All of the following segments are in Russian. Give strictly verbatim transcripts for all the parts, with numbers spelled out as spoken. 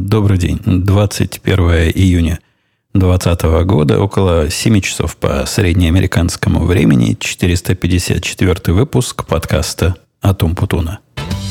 Добрый день. двадцать первое июня двадцатого года, около семи часов по среднеамериканскому времени, четыреста пятьдесят четвёртый выпуск подкаста «Атум Путуна».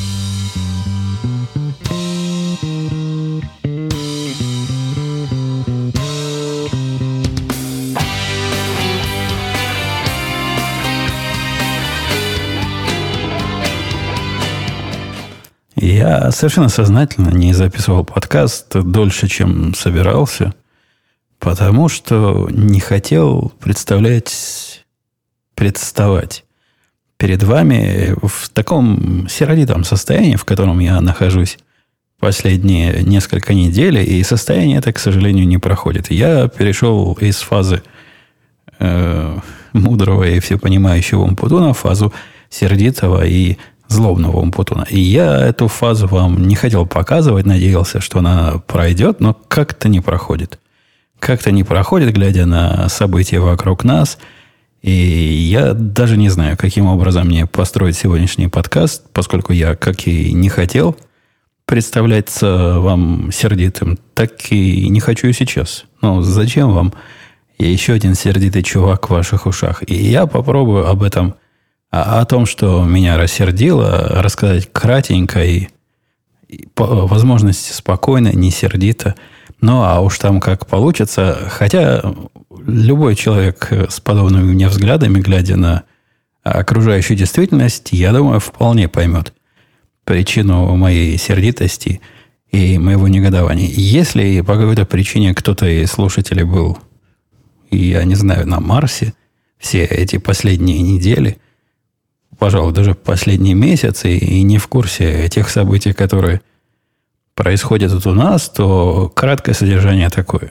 Я совершенно сознательно не записывал подкаст дольше, чем собирался, потому что не хотел представлять, представать перед вами в таком сердитом состоянии, в котором я нахожусь последние несколько недель, и состояние это, к сожалению, не проходит. Я перешел из фазы э, мудрого и всепонимающего Умпутуна в фазу сердитого и злобного Умпутуна. И я эту фазу вам не хотел показывать, надеялся, что она пройдет, но как-то не проходит. Как-то не проходит, глядя на события вокруг нас. И я даже не знаю, каким образом мне построить сегодняшний подкаст, поскольку я, как и не хотел представляться вам сердитым, так и не хочу и сейчас. Ну, зачем вам еще один сердитый чувак в ваших ушах? И я попробую об этом А о том, что меня рассердило, рассказать кратенько и, и по возможности спокойно, не сердито. Ну, а уж там как получится. Хотя любой человек с подобными мне взглядами, глядя на окружающую действительность, я думаю, вполне поймет причину моей сердитости и моего негодования. Если по какой-то причине кто-то из слушателей был, я не знаю, на Марсе все эти последние недели, пожалуй, даже последние месяцы и не в курсе тех событий, которые происходят тут у нас, то краткое содержание такое.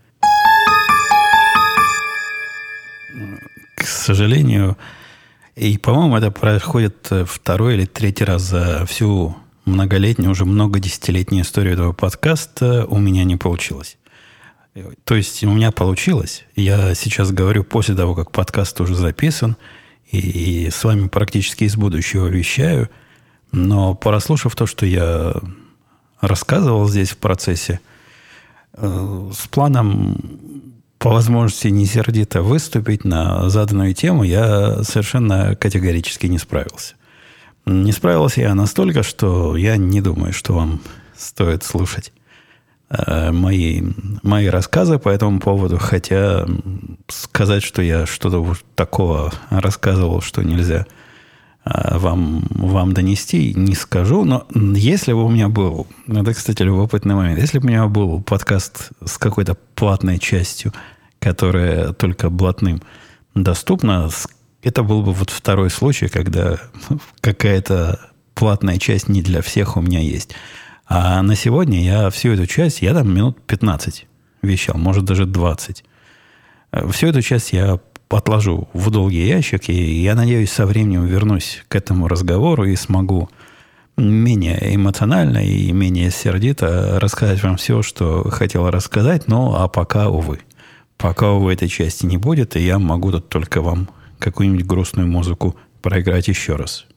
К сожалению, и, по-моему, это происходит второй или третий раз за всю многолетнюю, уже многодесятилетнюю историю этого подкаста, у меня не получилось. То есть у меня получилось. Я сейчас говорю после того, как подкаст уже записан, и с вами практически из будущего вещаю. Но прослушав то, что я рассказывал здесь в процессе, э, с планом по возможности не сердито выступить на заданную тему, я совершенно категорически не справился. Не справился я настолько, что я не думаю, что вам стоит слушать э, мои, мои рассказы по этому поводу, хотя сказать, что я что-то такого рассказывал, что нельзя а, вам, вам донести, не скажу. Но если бы у меня был, это, кстати, любопытный момент, если бы у меня был подкаст с какой-то платной частью, которая только блатным доступна, это был бы вот второй случай, когда какая-то платная часть не для всех у меня есть. А на сегодня я всю эту часть, я там минут пятнадцать вещал, может даже двадцать. Всю эту часть я отложу в долгий ящик, и я надеюсь, со временем вернусь к этому разговору и смогу менее эмоционально и менее сердито рассказать вам все, что хотел рассказать. Ну, а пока, увы. Пока, увы, этой части не будет, и я могу тут только вам какую-нибудь грустную музыку проиграть еще раз.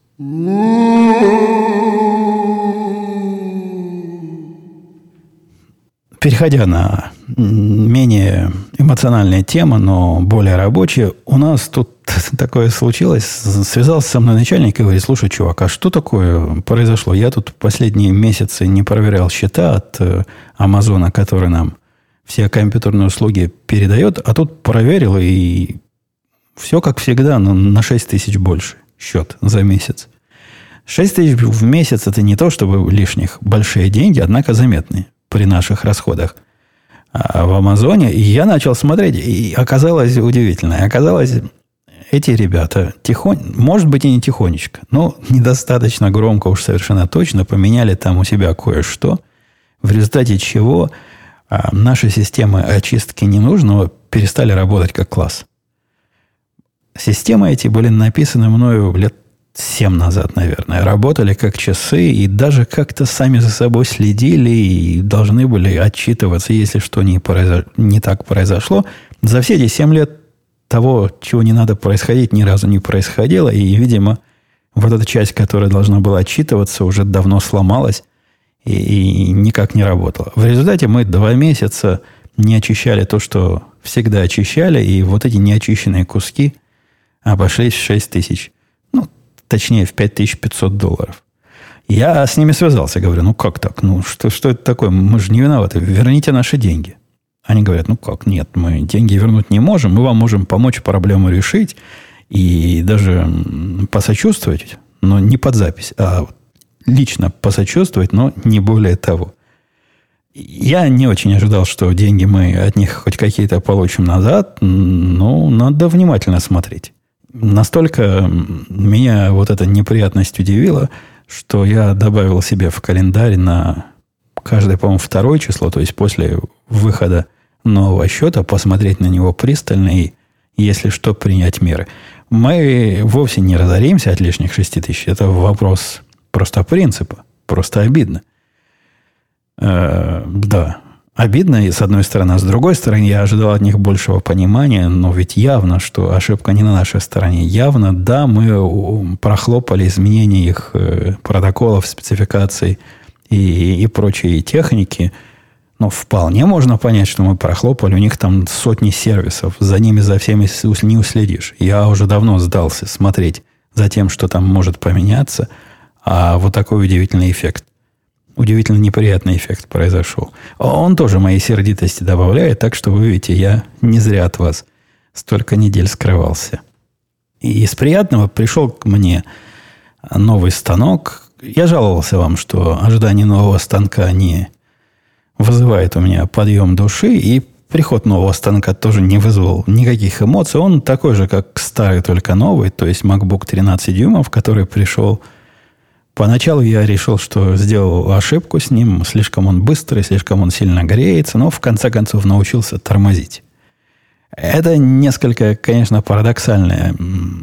Переходя на менее эмоциональная тема, но более рабочая, у нас тут такое случилось. Связался со мной начальник и говорит: слушай, чувак, а что такое произошло? Я тут последние месяцы не проверял счета от э, Амазона, который нам все компьютерные услуги передает, а тут проверил, и все как всегда, но на шесть тысяч больше счет за месяц. шесть тысяч в месяц – это не то, чтобы лишних большие деньги, однако заметные при наших расходах а в Амазоне. И я начал смотреть, и оказалось удивительно. И оказалось, эти ребята тихонь, может быть, и не тихонечко, но недостаточно громко уж совершенно точно поменяли там у себя кое-что, в результате чего а, наши системы очистки ненужного перестали работать как класс. Системы эти были написаны мною лет семь назад, наверное. Работали как часы и даже как-то сами за собой следили и должны были отчитываться, если что не, произош... не так произошло. За все эти семь лет того, чего не надо происходить, ни разу не происходило. И, видимо, вот эта часть, которая должна была отчитываться, уже давно сломалась. и, и никак не работало. В результате мы два месяца не очищали то, что всегда очищали, и вот эти неочищенные куски обошлись в шесть тысяч. Ну, точнее, в пять тысяч пятьсот долларов. Я с ними связался, говорю, ну как так? Ну что, что это такое? Мы же не виноваты. Верните наши деньги. Они говорят, ну как? Нет, мы деньги вернуть не можем. Мы вам можем помочь проблему решить и даже посочувствовать, но не под запись, а лично посочувствовать, но не более того. Я не очень ожидал, что деньги мы от них хоть какие-то получим назад, но надо внимательно смотреть. Настолько меня вот эта неприятность удивила, что я добавил себе в календарь на каждое, по-моему, второе число, то есть после выхода нового счета, посмотреть на него пристально и, если что, принять меры. Мы вовсе не разоримся от лишних шести тысяч. Это вопрос просто принципа. Просто обидно. Э, да, обидно, и с одной стороны. А с другой стороны, я ожидал от них большего понимания, но ведь явно, что ошибка не на нашей стороне. Явно, да, мы прохлопали изменения их протоколов, спецификаций и, и прочей техники. Но вполне можно понять, что мы прохлопали. У них там сотни сервисов. За ними, за всеми не уследишь. Я уже давно сдался смотреть за тем, что там может поменяться. А вот такой удивительный эффект. Удивительно неприятный эффект произошел. Он тоже моей сердитости добавляет. Так что, вы видите, я не зря от вас столько недель скрывался. И из приятного пришел к мне новый станок. Я жаловался вам, что ожидание нового станка не вызывает у меня подъем души, и приход нового станка тоже не вызвал никаких эмоций. Он такой же, как старый, только новый, то есть MacBook тринадцать дюймов, который пришел. Поначалу я решил, что сделал ошибку с ним, слишком он быстрый, слишком он сильно греется, но в конце концов научился тормозить. Это несколько, конечно, парадоксальное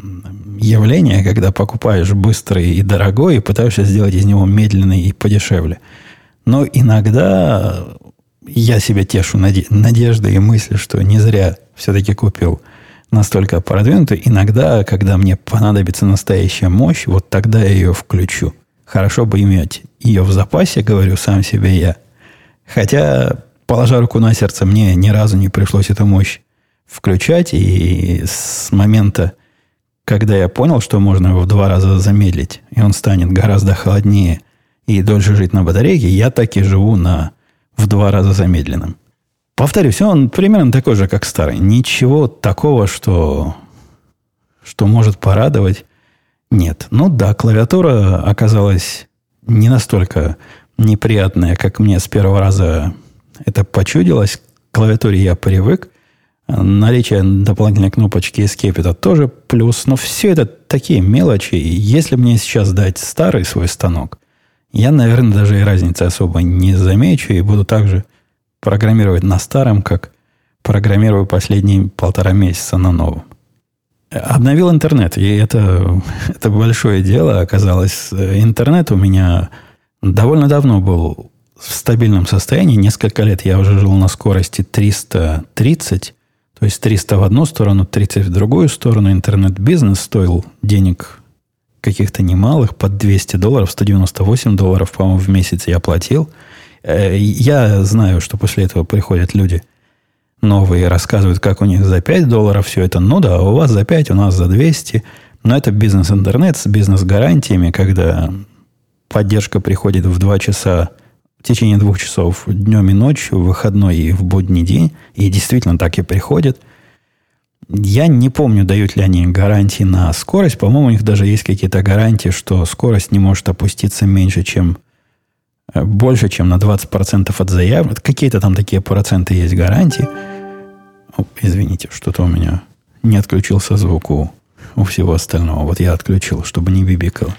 явление, когда покупаешь быстрый и дорогой и пытаешься сделать из него медленный и подешевле. Но иногда я себя тешу надеждой и мыслью, что не зря все-таки купил настолько продвинутый. Иногда, когда мне понадобится настоящая мощь, вот тогда я ее включу. Хорошо бы иметь ее в запасе, говорю сам себе я. Хотя, положа руку на сердце, мне ни разу не пришлось эту мощь включать. И с момента, когда я понял, что можно его в два раза замедлить, и он станет гораздо холоднее и дольше жить на батарейке, я так и живу на в два раза замедленном. Повторюсь, он примерно такой же, как старый. Ничего такого, что, что может порадовать, нет. Ну да, клавиатура оказалась не настолько неприятная, как мне с первого раза это почудилось. К клавиатуре я привык. Наличие дополнительной кнопочки Escape это тоже плюс. Но все это такие мелочи. Если мне сейчас дать старый свой станок, я, наверное, даже и разницы особо не замечу и буду также программировать на старом, как программирую последние полтора месяца на новом. Обновил интернет, и это, это большое дело оказалось. Интернет у меня довольно давно был в стабильном состоянии. Несколько лет я уже жил на скорости триста тридцать, то есть триста в одну сторону, тридцать в другую сторону. Интернет-бизнес стоил денег каких-то немалых, под двести долларов, сто девяносто восемь долларов, по-моему, в месяц я платил. Я знаю, что после этого приходят люди новые и рассказывают, как у них за пять долларов все это. Ну да, у вас за пять, у нас за двести. Но это бизнес-интернет с бизнес-гарантиями, когда поддержка приходит в два часа, в течение двух часов днем и ночью, в выходной и в будний день. И действительно так и приходит. Я не помню, дают ли они гарантии на скорость. По-моему, у них даже есть какие-то гарантии, что скорость не может опуститься меньше, чем больше, чем на двадцать процентов от заявок. Какие-то там такие проценты есть гарантии. О, извините, что-то у меня не отключился звук у, у всего остального. Вот я отключил, чтобы не бибикало.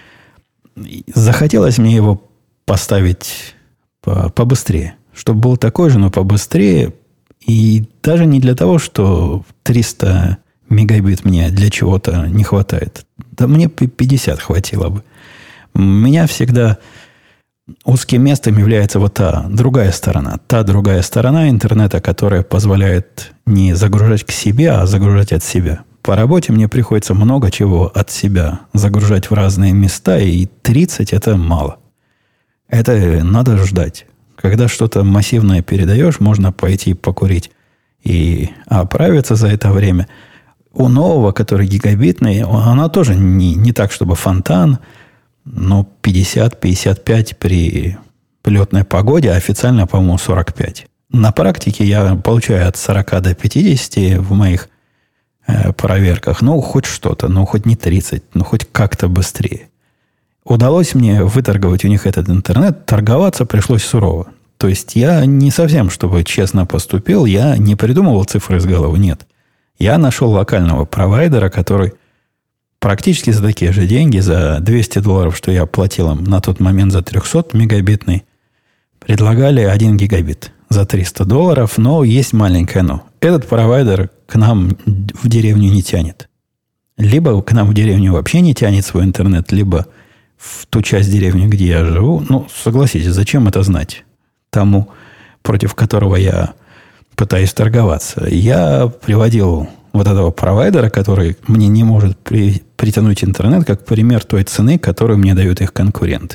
Захотелось мне его поставить по, побыстрее. Чтобы был такой же, но побыстрее. И даже не для того, что триста мегабит мне для чего-то не хватает. Да мне пятьдесят хватило бы. Меня всегда узким местом является вот та другая сторона. Та другая сторона интернета, которая позволяет не загружать к себе, а загружать от себя. По работе мне приходится много чего от себя загружать в разные места, и тридцать это мало. Это надо ждать. Когда что-то массивное передаешь, можно пойти покурить и оправиться за это время. У нового, который гигабитный, она тоже не, не так, чтобы фонтан, но пятьдесят - пятьдесят пять при летной погоде, а официально, по-моему, сорок пять. На практике я получаю от сорока до пятидесяти в моих э, проверках. Ну, хоть что-то, ну, хоть не тридцать, ну, хоть как-то быстрее. Удалось мне выторговать у них этот интернет. Торговаться пришлось сурово. То есть я не совсем, чтобы честно поступил, я не придумывал цифры из головы, нет. Я нашел локального провайдера, который практически за такие же деньги, за двести долларов, что я платил им на тот момент за триста мегабитный, предлагали один гигабит за триста долларов, но есть маленькое но. Этот провайдер к нам в деревню не тянет. Либо к нам в деревню вообще не тянет свой интернет, либо в ту часть деревни, где я живу. Ну, согласитесь, зачем это знать тому, против которого я пытаюсь торговаться? Я приводил вот этого провайдера, который мне не может при, притянуть интернет, как пример той цены, которую мне дают их конкуренты.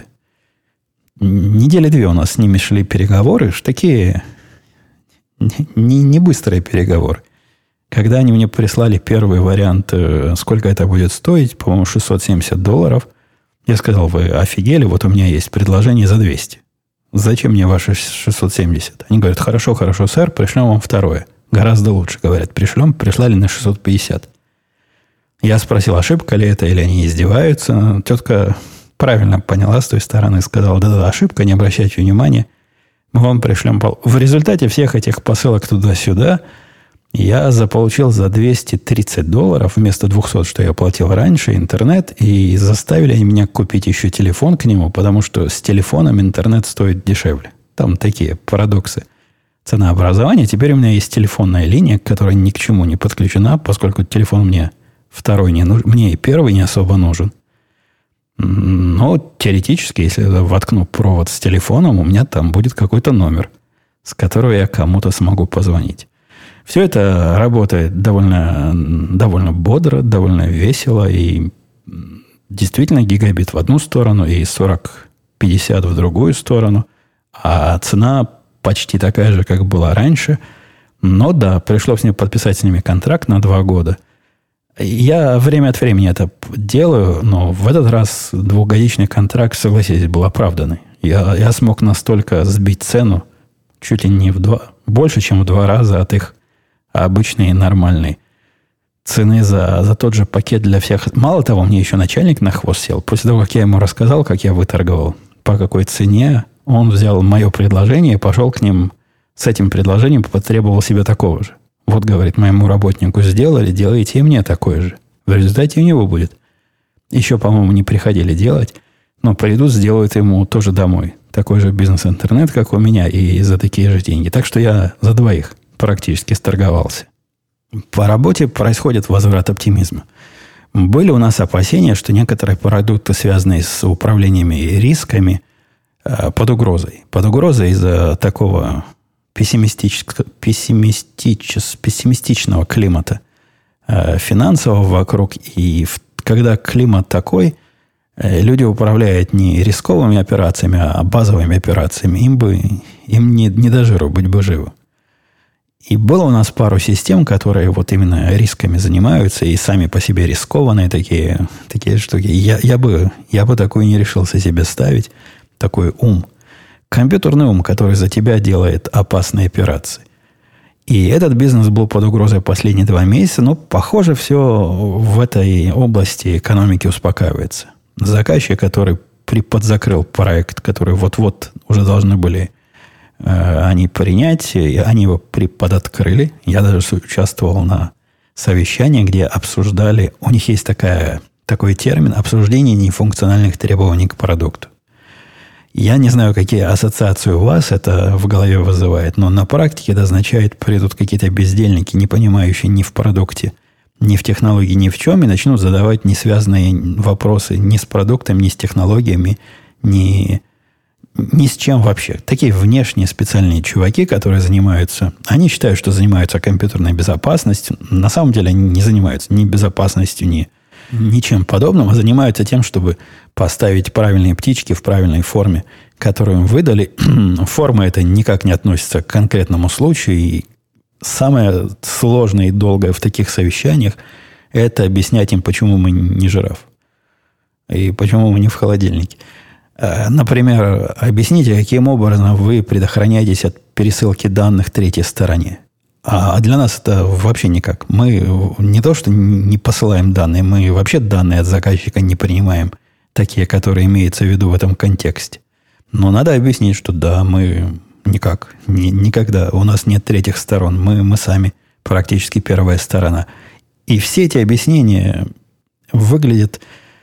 Недели две у нас с ними шли переговоры, такие не, не быстрые переговоры. Когда они мне прислали первый вариант, сколько это будет стоить, по-моему, шестьсот семьдесят долларов, я сказал, вы офигели, вот у меня есть предложение за двести. Зачем мне ваши шестьсот семьдесят? Они говорят, хорошо, хорошо, сэр, пришлем вам второе. Гораздо лучше, говорят, пришлем, прислали на шестьсот пятьдесят. Я спросил, ошибка ли это, или они издеваются. Тетка правильно поняла с той стороны, сказала, да-да, ошибка, не обращайте внимания, мы вам пришлем. В результате всех этих посылок туда-сюда я заполучил за двести тридцать долларов вместо двухсот, что я платил раньше, интернет, и заставили они меня купить еще телефон к нему, потому что с телефоном интернет стоит дешевле. Там такие парадоксы ценообразования. Теперь у меня есть телефонная линия, которая ни к чему не подключена, поскольку телефон мне второй не нужен, мне и первый не особо нужен. Но теоретически, если я воткну провод с телефоном, у меня там будет какой-то номер, с которого я кому-то смогу позвонить. Все это работает довольно, довольно бодро, довольно весело. И действительно гигабит в одну сторону и сорок пятьдесят в другую сторону. А цена почти такая же, как была раньше. Но да, пришлось мне подписать с ними контракт на два года. Я время от времени это делаю, но в этот раз двухгодичный контракт, согласитесь, был оправданный. Я, я смог настолько сбить цену чуть ли не в два, больше, чем в два раза от их обычной нормальной цены за, за тот же пакет для всех. Мало того, мне еще начальник на хвост сел. После того, как я ему рассказал, как я выторговал, по какой цене, он взял мое предложение и пошел к ним с этим предложением, потребовал себе такого же. Вот, говорит, моему работнику сделали, делайте и мне такое же. В результате у него будет. Еще, по-моему, не приходили делать, но придут, сделают ему тоже домой. Такой же бизнес-интернет, как у меня, и за такие же деньги. Так что я за двоих практически сторговался. По работе происходит возврат оптимизма. Были у нас опасения, что некоторые продукты, связанные с управлениями и рисками, под угрозой. Под угрозой из-за такого пессимистического, пессимистич, пессимистичного климата финансового вокруг. И в, когда климат такой, люди управляют не рисковыми операциями, а базовыми операциями. Им бы им не, не до жиру, быть бы живо. И было у нас пару систем, которые вот именно рисками занимаются и сами по себе рискованные такие, такие штуки. Я, я, бы, я бы такую не решился себе ставить. Такой ум. Компьютерный ум, который за тебя делает опасные операции. И этот бизнес был под угрозой последние два месяца, но, похоже, все в этой области экономики успокаивается. Заказчик, который подзакрыл проект, который вот-вот уже должны были э, они принять, и они его приподоткрыли. Я даже участвовал на совещании, где обсуждали, у них есть такая, такой термин, обсуждение нефункциональных требований к продукту. Я не знаю, какие ассоциации у вас это в голове вызывает, но на практике это означает, придут какие-то бездельники, не понимающие ни в продукте, ни в технологии, ни в чем, и начнут задавать несвязанные вопросы ни с продуктом, ни с технологиями, ни, ни с чем вообще. Такие внешние специальные чуваки, которые занимаются, они считают, что занимаются компьютерной безопасностью, на самом деле они не занимаются ни безопасностью, ни ничем подобным, а занимаются тем, чтобы поставить правильные птички в правильной форме которую им выдали, форма это никак не относится к конкретному случаю. И самое сложное и долгое в таких совещаниях – это объяснять им, почему мы не жираф. И почему мы не в холодильнике. Например, объясните, каким образом вы предохраняетесь от пересылки данных третьей стороне. А для нас это вообще никак. Мы не то, что не посылаем данные, мы вообще данные от заказчика не принимаем, такие, которые имеются в виду в этом контексте. Но надо объяснить, что да, мы никак, ни, никогда, у нас нет третьих сторон, мы, мы сами практически первая сторона. И все эти объяснения выглядят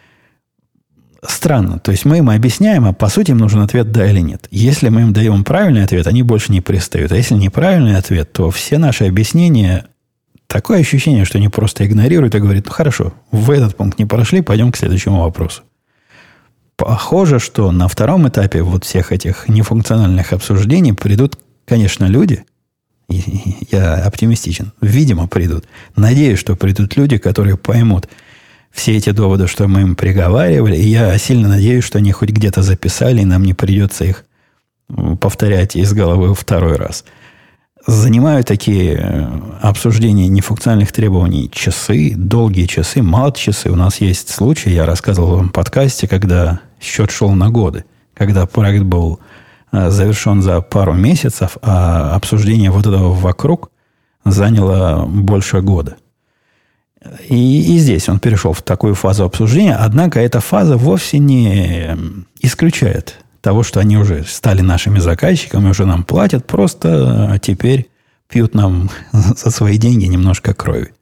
странно. То есть мы им объясняем, а по сути им нужен ответ «да» или «нет». Если мы им даем правильный ответ, они больше не пристают. А если неправильный ответ, то все наши объяснения, такое ощущение, что они просто игнорируют и говорят: ну хорошо, вы этот пункт не прошли, пойдем к следующему вопросу. Похоже, что на втором этапе вот всех этих нефункциональных обсуждений придут, конечно, люди. И я оптимистичен. Видимо, придут. Надеюсь, что придут люди, которые поймут все эти доводы, что мы им приговаривали. И я сильно надеюсь, что они хоть где-то записали, и нам не придется их повторять из головы второй раз. Занимают такие обсуждения нефункциональных требований часы, долгие часы, мало часы. У нас есть случай, я рассказывал вам в подкасте, когда счет шел на годы, когда проект был завершен за пару месяцев, а обсуждение вот этого вокруг заняло больше года. И, и здесь он перешел в такую фазу обсуждения, однако эта фаза вовсе не исключает того, что они уже стали нашими заказчиками, уже нам платят, просто теперь пьют нам за свои деньги немножко крови.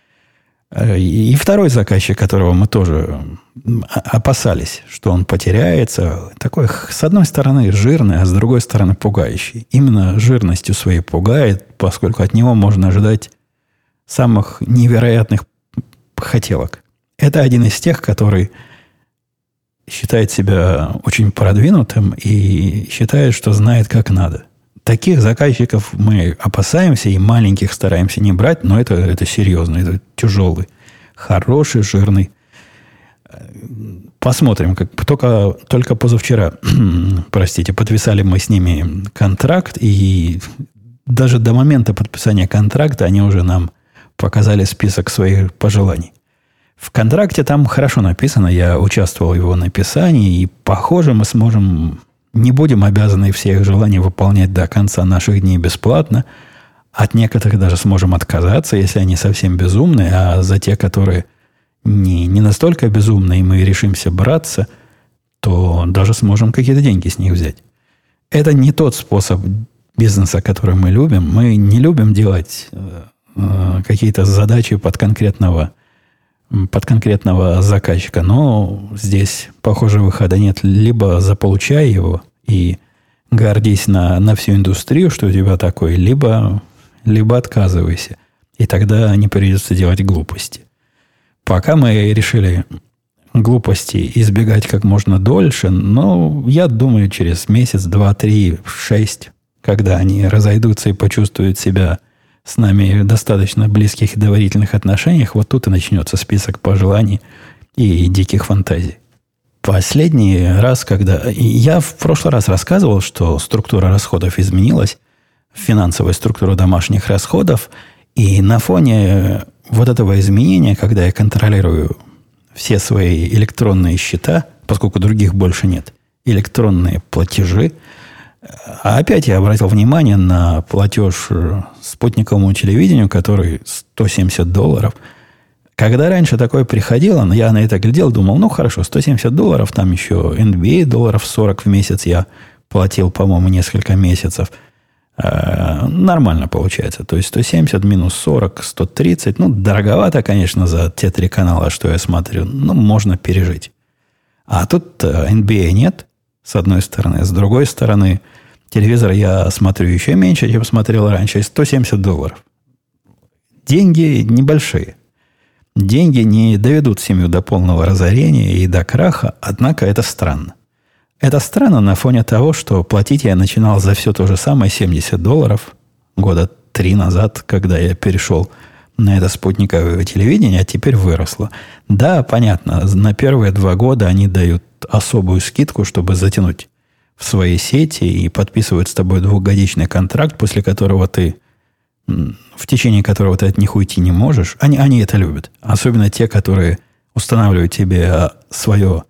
И второй заказчик, которого мы тоже опасались, что он потеряется, такой, с одной стороны, жирный, а с другой стороны, пугающий. Именно жирностью своей пугает, поскольку от него можно ожидать самых невероятных хотелок. Это один из тех, который считает себя очень продвинутым и считает, что знает, как надо. Таких заказчиков мы опасаемся и маленьких стараемся не брать, но это, это серьезно, это тяжелый, хороший, жирный. Посмотрим, как только, только позавчера, простите, подписали мы с ними контракт, и даже до момента подписания контракта они уже нам показали список своих пожеланий. В контракте там хорошо написано, я участвовал в его написании, и, похоже, мы сможем, не будем обязаны все их желания выполнять до конца наших дней бесплатно. От некоторых даже сможем отказаться, если они совсем безумные, а за те, которые не, не настолько безумные, и мы решимся браться, то даже сможем какие-то деньги с них взять. Это не тот способ бизнеса, который мы любим. Мы не любим делать э, какие-то задачи под конкретного под конкретного заказчика. Но здесь, похоже, выхода нет. Либо заполучай его и гордись на, на всю индустрию, что у тебя такое, либо, либо отказывайся. И тогда не придется делать глупости. Пока мы решили глупости избегать как можно дольше, но я думаю, через месяц, два, три, шесть, когда они разойдутся и почувствуют себя с нами в достаточно близких и доверительных отношениях, вот тут и начнется список пожеланий и диких фантазий. Последний раз, когда... Я в прошлый раз рассказывал, что структура расходов изменилась, финансовая структура домашних расходов, и на фоне вот этого изменения, когда я контролирую все свои электронные счета, поскольку других больше нет, электронные платежи, а опять я обратил внимание на платеж спутниковому телевидению, который сто семьдесят долларов. Когда раньше такое приходило, я на это глядел, думал, ну хорошо, сто семьдесят долларов, там еще эн би эй долларов сорок в месяц я платил, по-моему, несколько месяцев. Э, нормально получается. То есть сто семьдесят минус сорок, сто тридцать. Ну, дороговато, конечно, за те три канала, что я смотрю. Ну, можно пережить. А тут эн би эй нет. С одной стороны. С другой стороны, телевизор я смотрю еще меньше, чем смотрел раньше. сто семьдесят долларов. Деньги небольшие. Деньги не доведут семью до полного разорения и до краха, однако это странно. Это странно на фоне того, что платить я начинал за все то же самое, семьдесят долларов, года три назад, когда я перешел на это спутниковое телевидение, а теперь выросло. Да, понятно, на первые два года они дают особую скидку, чтобы затянуть в своей сети и подписывают с тобой двухгодичный контракт, после которого ты, в течение которого ты от них уйти не можешь. Они, они это любят. Особенно те, которые устанавливают тебе свое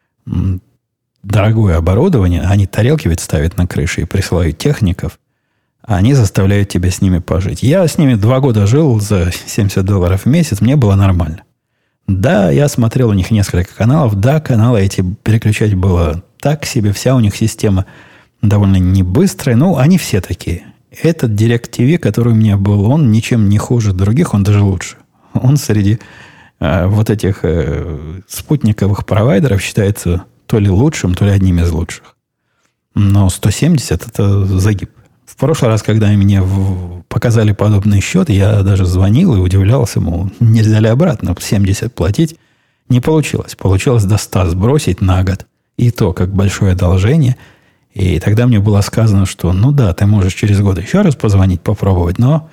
дорогое оборудование. Они тарелки ведь ставят на крыше и присылают техников. А они заставляют тебя с ними пожить. Я с ними два года жил за семьдесят долларов в месяц. Мне было нормально. Да, я смотрел у них несколько каналов. Да, каналы эти переключать было так себе. Вся у них система довольно небыстрая. Ну, они все такие. Этот DirecTV, который у меня был, он ничем не хуже других. Он даже лучше. Он среди э, вот этих э, спутниковых провайдеров считается то ли лучшим, то ли одним из лучших. Но сто семьдесят это загиб. В прошлый раз, когда мне в... показали подобный счет, я даже звонил и удивлялся, мол, нельзя ли обратно семьдесят платить. Не получилось. Получилось до ста сбросить на год. И то, как большое одолжение. И тогда мне было сказано, что, ну да, ты можешь через год еще раз позвонить, попробовать, но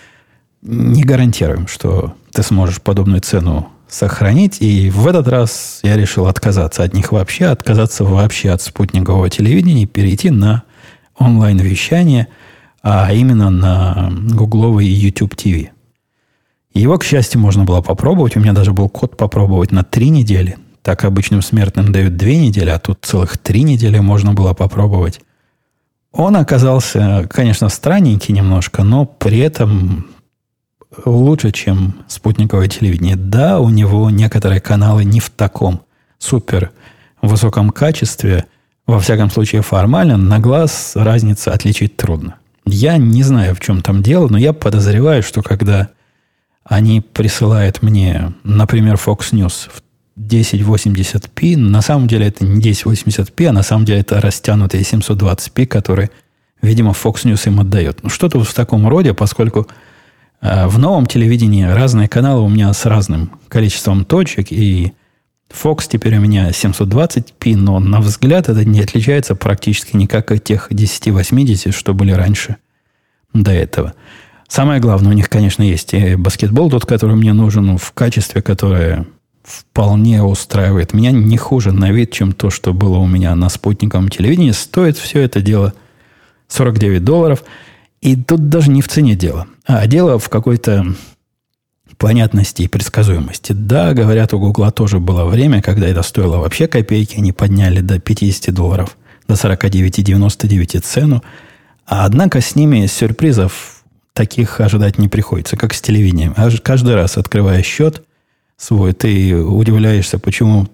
не гарантируем, что ты сможешь подобную цену сохранить. И в этот раз я решил отказаться от них вообще, отказаться вообще от спутникового телевидения и перейти на онлайн-вещание, а именно на гугловый YouTube ти ви. Его, к счастью, можно было попробовать. У меня даже был код попробовать на три недели. Так обычным смертным дают две недели, а тут целых три недели можно было попробовать. Он оказался, конечно, странненький немножко, но при этом лучше, чем спутниковое телевидение. Да, у него некоторые каналы не в таком супер высоком качестве. Во всяком случае, формально, на глаз разница отличить трудно. Я не знаю, в чем там дело, но я подозреваю, что когда они присылают мне, например, Fox News в тысяча восемьдесят пи, на самом деле это не тысяча восемьдесят пи, а на самом деле это растянутые семьсот двадцать пи, которые, видимо, Fox News им отдает. Ну, что-то в таком роде, поскольку э, в новом телевидении разные каналы у меня с разным количеством точек, и Fox теперь у меня семьсот двадцать пи, но на взгляд это не отличается практически никак от тех десять восемьдесят, что были раньше до этого. Самое главное, у них, конечно, есть и баскетбол, тот, который мне нужен, в качестве, которое вполне устраивает меня, не хуже на вид, чем то, что было у меня на спутниковом телевидении. Стоит все это дело сорок девять долларов. И тут даже не в цене дело, а дело в какой-то понятности и предсказуемости. Да, говорят, у Гугла тоже было время, когда это стоило вообще копейки. Они подняли до пятьдесят долларов, до сорок девять девяносто девять цену. А однако с ними сюрпризов таких ожидать не приходится, как с телевидением. Аж каждый раз, открывая счет свой, ты удивляешься, почему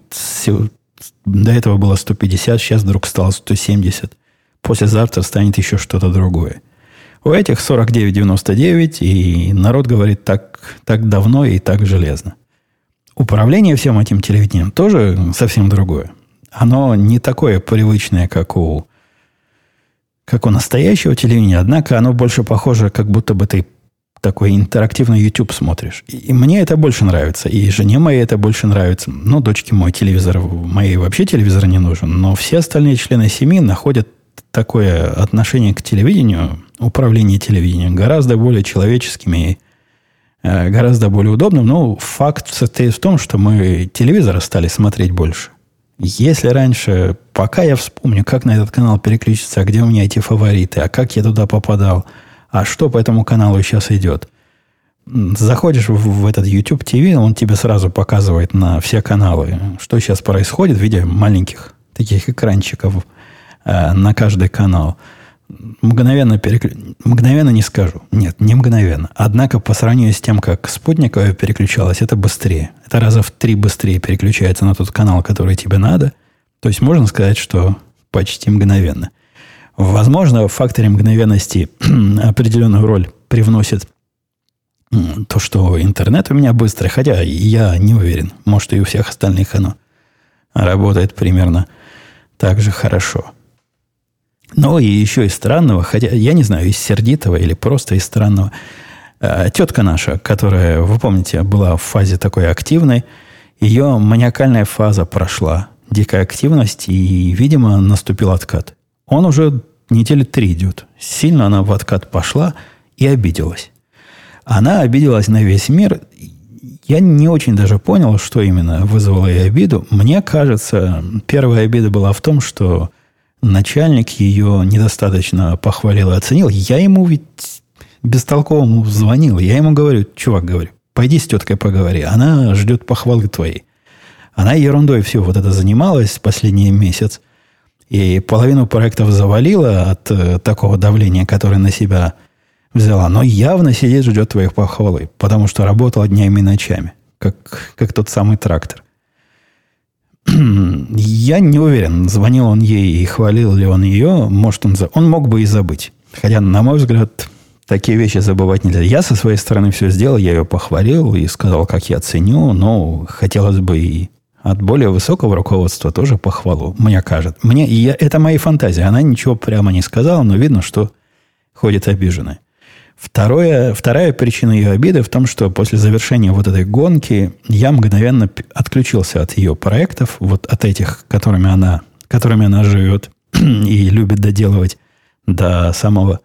до этого было сто пятьдесят, сейчас вдруг стало сто семьдесят. Послезавтра станет еще что-то другое. У этих сорок девять девяносто девять, и народ говорит так, так давно и так железно. Управление всем этим телевидением тоже совсем другое. Оно не такое привычное, как у, как у настоящего телевидения, однако оно больше похоже, как будто бы ты такой интерактивный YouTube смотришь. И, и мне это больше нравится, и жене моей это больше нравится. Ну, дочке мой телевизор, моей вообще телевизор не нужен, но все остальные члены семьи находят такое отношение к телевидению, управление телевидением гораздо более человеческим и э, гораздо более удобным. Но факт состоит в том, что мы телевизора стали смотреть больше. Если раньше, пока я вспомню, как на этот канал переключиться, а где у меня эти фавориты, а как я туда попадал, а что по этому каналу сейчас идет. Заходишь в, в этот YouTube ти ви, он тебе сразу показывает на все каналы, что сейчас происходит в виде маленьких таких экранчиков э, на каждый канал. Мгновенно, переклю... мгновенно не скажу. Нет, не мгновенно. Однако по сравнению с тем, как спутниковая переключалась, это быстрее. Это раза в три быстрее переключается на тот канал, который тебе надо. То есть можно сказать, что почти мгновенно. Возможно, в факторе мгновенности определенную роль привносит то, что интернет у меня быстрый. Хотя я не уверен. Может, и у всех остальных оно работает примерно так же хорошо. Но и еще из странного, хотя я не знаю, из сердитого или просто из странного. Тетка наша, которая, вы помните, была в фазе такой активной, ее маниакальная фаза прошла, дикая активность, и, видимо, наступил откат. Он уже недели три идет. Сильно она в откат пошла и обиделась. Она обиделась на весь мир. Я не очень даже понял, что именно вызвало ее обиду. Мне кажется, первая обида была в том, что начальник ее недостаточно похвалил и оценил. Я ему ведь бестолковому звонил. Я ему говорю, чувак, говорю, пойди с теткой поговори. Она ждет похвалы твоей. Она ерундой все вот это занималась последний месяц. И половину проектов завалила от э, такого давления, которое на себя взяла. Но явно сидит, ждет твоих похвалы. Потому что работала днями и ночами. Как, как тот самый трактор. Я не уверен, звонил он ей и хвалил ли он ее. Может, он, за... он мог бы и забыть. Хотя, на мой взгляд, такие вещи забывать нельзя. Я со своей стороны все сделал. Я ее похвалил и сказал, как я ценю. Но хотелось бы и от более высокого руководства тоже похвалу. Мне кажется. Мне, я, это мои фантазии. Она ничего прямо не сказала, но видно, что ходит обиженная. Второе, вторая причина ее обиды в том, что после завершения вот этой гонки я мгновенно отключился от ее проектов, вот от этих, которыми она, которыми она живет и любит доделывать до самого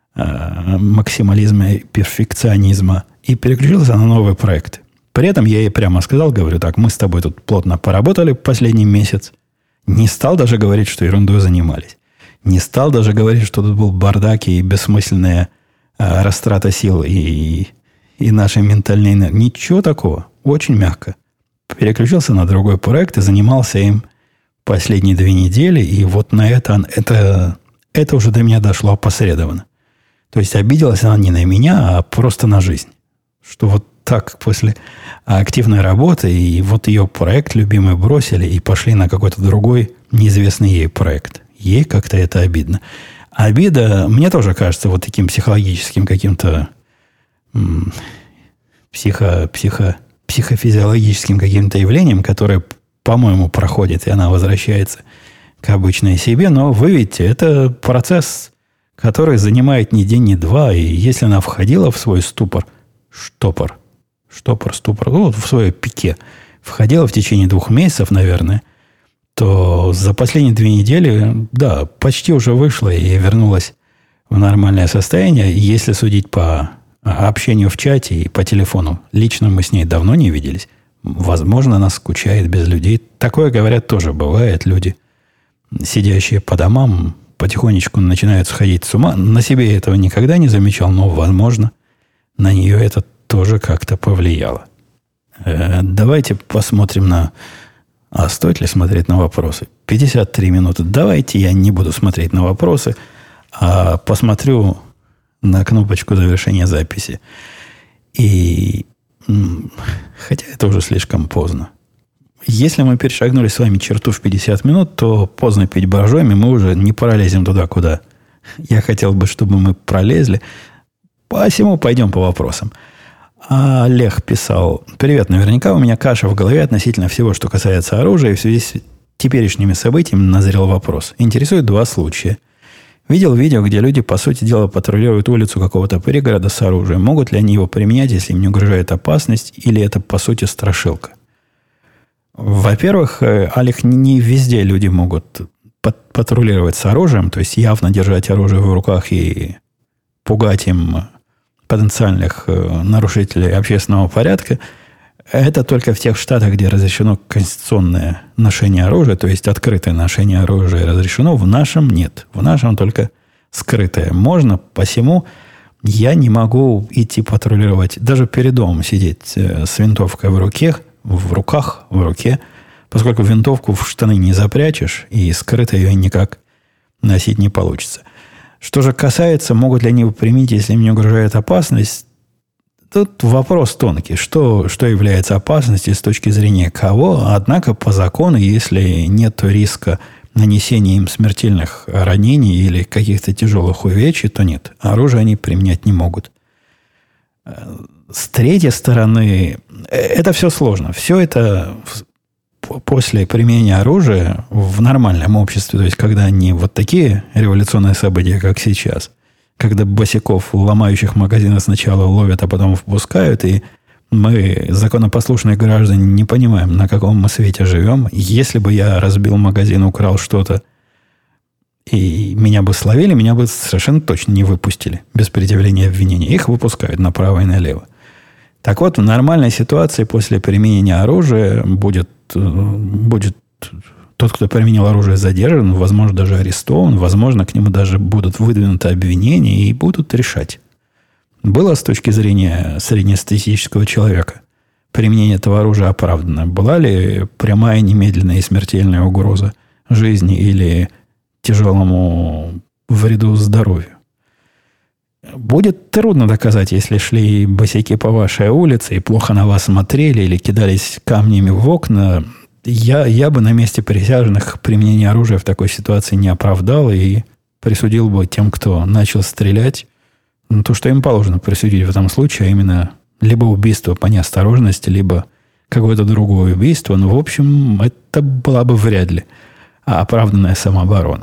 э, максимализма и перфекционизма, и переключился на новые проекты. При этом я ей прямо сказал, говорю, так, мы с тобой тут плотно поработали последний месяц, не стал даже говорить, что ерундой занимались, не стал даже говорить, что тут был бардак и бессмысленная растрата сил и, и нашей ментальной энергии. Ничего такого. Очень мягко. Переключился на другой проект и занимался им последние две недели. И вот на это, это, это уже до меня дошло опосредованно. То есть обиделась она не на меня, а просто на жизнь. Что вот так после активной работы и вот ее проект любимый бросили и пошли на какой-то другой неизвестный ей проект. Ей как-то это обидно. Обида, мне тоже кажется, вот таким психологическим каким-то м, психо, психо, психофизиологическим каким-то явлением, которое, по-моему, проходит, и она возвращается к обычной себе. Но вы видите, это процесс, который занимает ни день, ни два. И если она входила в свой ступор, штопор, штопор, ступор, ну, в свое пике, входила в течение двух месяцев, наверное, то за последние две недели, да, почти уже вышла и вернулась в нормальное состояние. Если судить по общению в чате и по телефону, лично мы с ней давно не виделись. Возможно, она скучает без людей. Такое, говорят, тоже бывает. Люди, сидящие по домам, потихонечку начинают сходить с ума. На себе этого никогда не замечал, но, возможно, на нее это тоже как-то повлияло. Э, давайте посмотрим на... А стоит ли смотреть на вопросы? пятьдесят три минуты. Давайте я не буду смотреть на вопросы, а посмотрю на кнопочку завершения записи. И... Хотя это уже слишком поздно. Если мы перешагнули с вами черту в пятьдесят минут, то поздно пить боржоми, мы уже не пролезем туда, куда я хотел бы, чтобы мы пролезли. Посему пойдем по вопросам. А Олег писал: «Привет, наверняка у меня каша в голове относительно всего, что касается оружия, и в связи с теперешними событиями назрел вопрос. Интересует два случая. Видел видео, где люди, по сути дела, патрулируют улицу какого-то пригорода с оружием. Могут ли они его применять, если им не угрожает опасность, или это, по сути, страшилка?» Во-первых, Олег, не везде люди могут патрулировать с оружием, то есть явно держать оружие в руках и пугать им потенциальных нарушителей общественного порядка. Это только в тех штатах, где разрешено конституционное ношение оружия, то есть открытое ношение оружия разрешено. В нашем нет. В нашем только скрытое. Можно, посему я не могу идти патрулировать, даже перед домом сидеть с винтовкой в руке, в руках, в руке, поскольку винтовку в штаны не запрячешь, и скрыто ее никак носить не получится. Что же касается, могут ли они его применить, если им не угрожает опасность, тут вопрос тонкий. Что, что является опасностью с точки зрения кого? Однако, по закону, если нет риска нанесения им смертельных ранений или каких-то тяжелых увечий, то нет. Оружие они применять не могут. С третьей стороны, это все сложно. Все это после применения оружия в нормальном обществе, то есть когда не вот такие революционные события, как сейчас, когда босиков, ломающих магазины, сначала ловят, а потом впускают, и мы, законопослушные граждане, не понимаем, на каком мы свете живем. Если бы я разбил магазин, украл что-то, и меня бы словили, меня бы совершенно точно не выпустили без предъявления обвинения. Их выпускают направо и налево. Так вот, в нормальной ситуации после применения оружия будет, будет тот, кто применил оружие, задержан, возможно, даже арестован, возможно, к нему даже будут выдвинуты обвинения и будут решать. Было с точки зрения среднестатистического человека применение этого оружия оправдано? Была ли прямая, немедленная и смертельная угроза жизни или тяжелому вреду здоровью? Будет трудно доказать, если шли босяки по вашей улице и плохо на вас смотрели или кидались камнями в окна. Я, я бы на месте присяжных применение оружия в такой ситуации не оправдал и присудил бы тем, кто начал стрелять, ну, то, что им положено присудить в этом случае, а именно либо убийство по неосторожности, либо какое-то другое убийство. Но, в общем, это была бы вряд ли оправданная самооборона.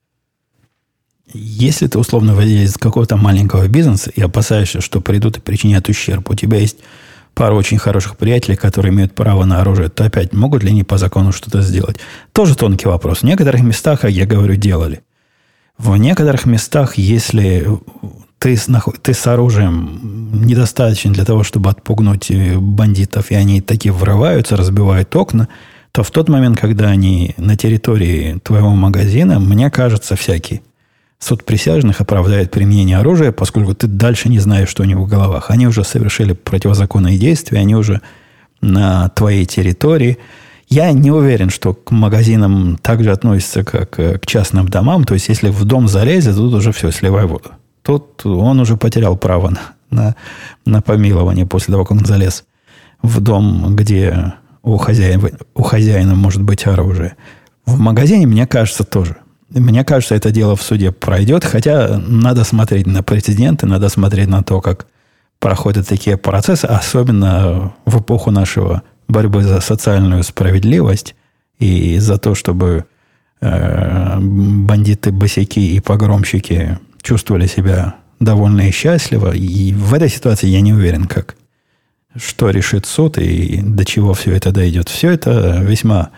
Если ты условно владелец какого-то маленького бизнеса и опасаешься, что придут и причинят ущерб, у тебя есть пара очень хороших приятелей, которые имеют право на оружие, то опять могут ли они по закону что-то сделать? Тоже тонкий вопрос. В некоторых местах, как я говорю, делали. В некоторых местах, если ты с, ты с оружием недостаточно для того, чтобы отпугнуть бандитов, и они таки врываются, разбивают окна, то в тот момент, когда они на территории твоего магазина, мне кажется, всякий суд присяжных оправдает применение оружия, поскольку ты дальше не знаешь, что у них в головах. Они уже совершили противозаконные действия, они уже на твоей территории. Я не уверен, что к магазинам так же относятся, как к частным домам. То есть, если в дом залезет, тут уже все, сливай воду. Тут он уже потерял право на, на, на помилование после того, как он залез в дом, где у хозяина, у хозяина может быть оружие. В магазине, мне кажется, тоже. Мне кажется, это дело в суде пройдет, хотя надо смотреть на прецеденты, надо смотреть на то, как проходят такие процессы, особенно в эпоху нашего борьбы за социальную справедливость и за то, чтобы э, бандиты, босяки и погромщики чувствовали себя довольно и счастливо. И в этой ситуации я не уверен, как, что решит суд и до чего все это дойдет. Все это весьма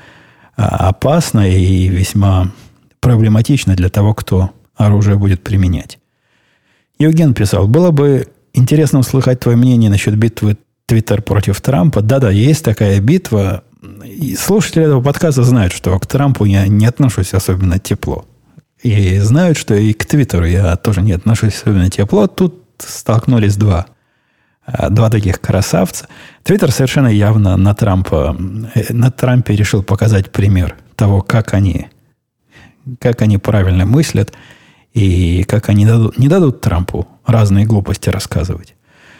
опасно и весьма проблематично для того, кто оружие будет применять. Евген писал, было бы интересно услышать твое мнение насчет битвы Твиттер против Трампа. Да-да, есть такая битва. И слушатели этого подкаста знают, что к Трампу я не отношусь особенно тепло. И знают, что и к Твиттеру я тоже не отношусь особенно тепло. Тут столкнулись два, два таких красавца. Твиттер совершенно явно на Трампа, на Трампе решил показать пример того, как они как они правильно мыслят и как они дадут, не дадут Трампу разные глупости рассказывать.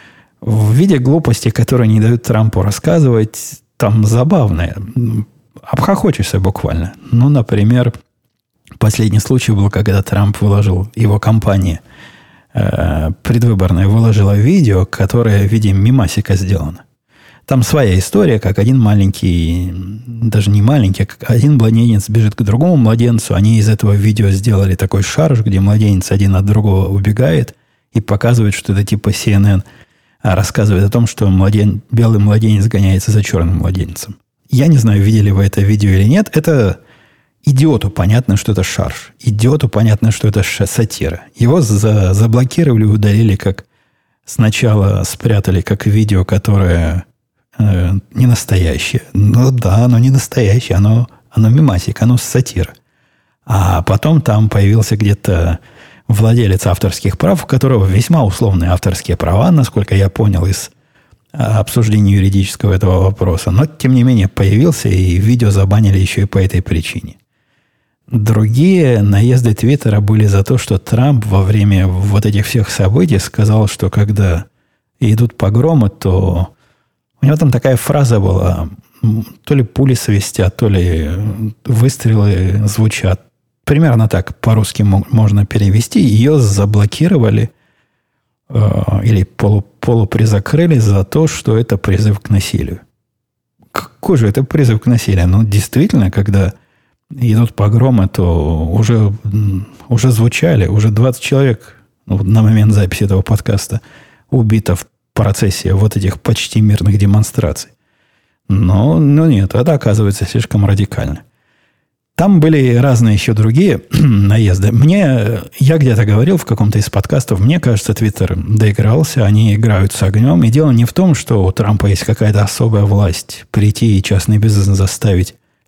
В виде глупости, которые не дают Трампу рассказывать, там забавное. Обхохочешься буквально. Ну, например, последний случай был, когда Трамп выложил, его компания э, предвыборная выложила видео, которое в виде мемасика сделано. Там своя история, как один маленький, даже не маленький, а как один младенец бежит к другому младенцу. Они из этого видео сделали такой шарж, где младенец один от другого убегает и показывает, что это типа си эн эн, а рассказывает о том, что младен... белый младенец гоняется за черным младенцем. Я не знаю, видели вы это видео или нет. Это идиоту понятно, что это шарж. Идиоту понятно, что это сатира. Его за... заблокировали, удалили, как сначала спрятали, как видео, которое... не настоящее. Ну да, оно не настоящее, оно, оно мемасик, оно сатира. А потом там появился где-то владелец авторских прав, у которого весьма условные авторские права, насколько я понял из обсуждения юридического этого вопроса. Но, тем не менее, появился, и видео забанили еще и по этой причине. Другие наезды Твиттера были за то, что Трамп во время вот этих всех событий сказал, что когда идут погромы, то у него там такая фраза была, то ли пули свистят, то ли выстрелы звучат. Примерно так по-русски можно перевести. Ее заблокировали э, или полу, полупризакрыли за то, что это призыв к насилию. Какой же это призыв к насилию? Ну, действительно, когда идут погромы, то уже, уже звучали, уже двадцать человек ну, на момент записи этого подкаста убито в процессе вот этих почти мирных демонстраций. Но, но нет, это оказывается слишком радикально. Там были разные еще другие наезды. Мне, я где-то говорил в каком-то из подкастов, мне кажется, Твиттер доигрался, они играют с огнем. И дело не в том, что у Трампа есть какая-то особая власть прийти и частный бизнес заставить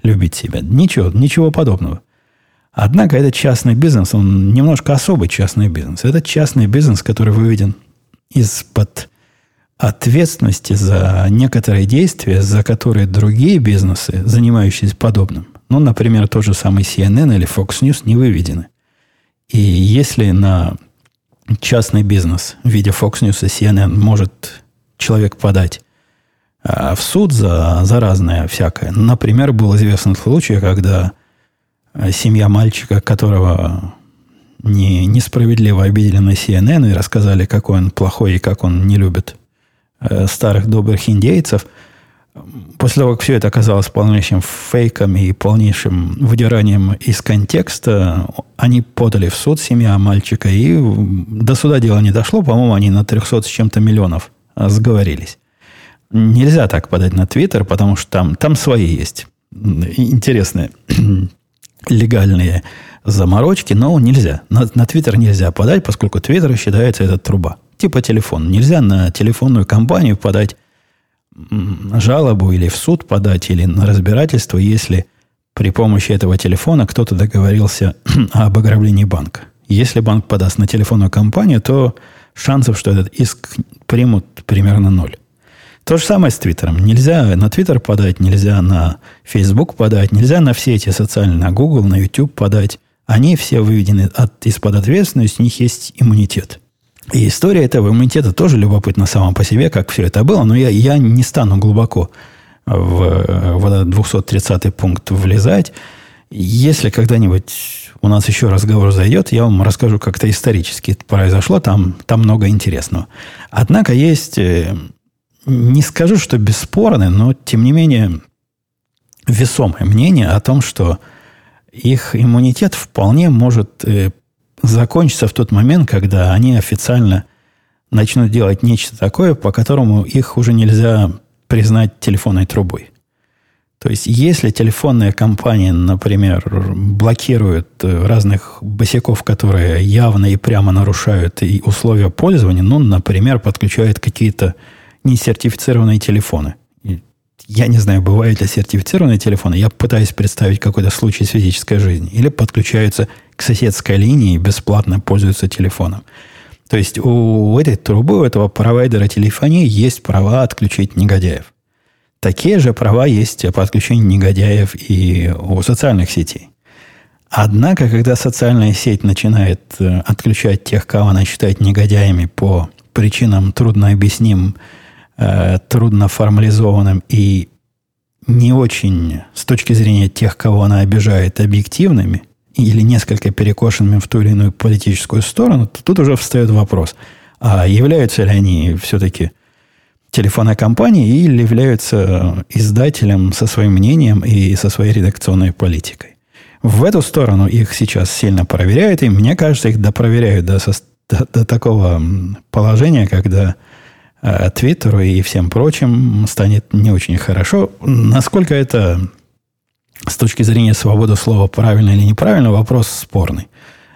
любить себя. Ничего, ничего подобного. Однако этот частный бизнес, он немножко особый частный бизнес. Это частный бизнес, который выведен из-под ответственности за некоторые действия, за которые другие бизнесы, занимающиеся подобным, ну, например, тот же самый си эн эн или Fox News, не выведены. И если на частный бизнес в виде Fox News и си эн эн может человек подать а, в суд за, за разное всякое, например, был известен случай, когда семья мальчика, которого не, несправедливо обидели на си эн эн и рассказали, какой он плохой и как он не любит э, старых добрых индейцев. После того, как все это оказалось полнейшим фейком и полнейшим выдиранием из контекста, они подали в суд, семья мальчика, и до суда дело не дошло. По-моему, они на триста с чем-то миллионов сговорились. Нельзя так подать на Твиттер, потому что там, там свои есть интересные легальные заморочки, но нельзя. На, на Твиттер нельзя подать, поскольку Твиттер считается это труба. Типа телефон. Нельзя на телефонную компанию подать жалобу или в суд подать, или на разбирательство, если при помощи этого телефона кто-то договорился об ограблении банка. Если банк подаст на телефонную компанию, то шансов, что этот иск примут, примерно ноль. То же самое с Твиттером. Нельзя на Твиттер подать, нельзя на Facebook подать, нельзя на все эти социальные, на Google, на YouTube подать. Они все выведены от, из-под ответственности, у них есть иммунитет. И история этого иммунитета тоже любопытна сама по себе, как все это было, но я, я не стану глубоко в, в этот двести тридцатый пункт влезать. Если когда-нибудь у нас еще разговор зайдет, я вам расскажу, как это исторически это произошло, там, там много интересного. Однако есть... Не скажу, что бесспорное, но, тем не менее, весомое мнение о том, что их иммунитет вполне может э, закончиться в тот момент, когда они официально начнут делать нечто такое, по которому их уже нельзя признать телефонной трубой. То есть, если телефонная компания, например, блокирует разных босяков, которые явно и прямо нарушают и условия пользования, ну, например, подключают какие-то несертифицированные телефоны. Я не знаю, бывают ли сертифицированные телефоны. Я пытаюсь представить какой-то случай из физической жизни. Или подключаются к соседской линии и бесплатно пользуются телефоном. То есть у этой трубы, у этого провайдера телефонии есть права отключить негодяев. Такие же права есть по отключению негодяев и у социальных сетей. Однако, когда социальная сеть начинает отключать тех, кого она считает негодяями по причинам труднообъяснимым, трудно формализованным и не очень с точки зрения тех, кого она обижает, объективными или несколько перекошенными в ту или иную политическую сторону, то тут уже встает вопрос, а являются ли они все-таки телефонной компанией или являются издателем со своим мнением и со своей редакционной политикой. В эту сторону их сейчас сильно проверяют, и мне кажется, их допроверяют до, до, до такого положения, когда Твиттеру и всем прочим станет не очень хорошо. Насколько это с точки зрения свободы слова правильно или неправильно, вопрос спорный.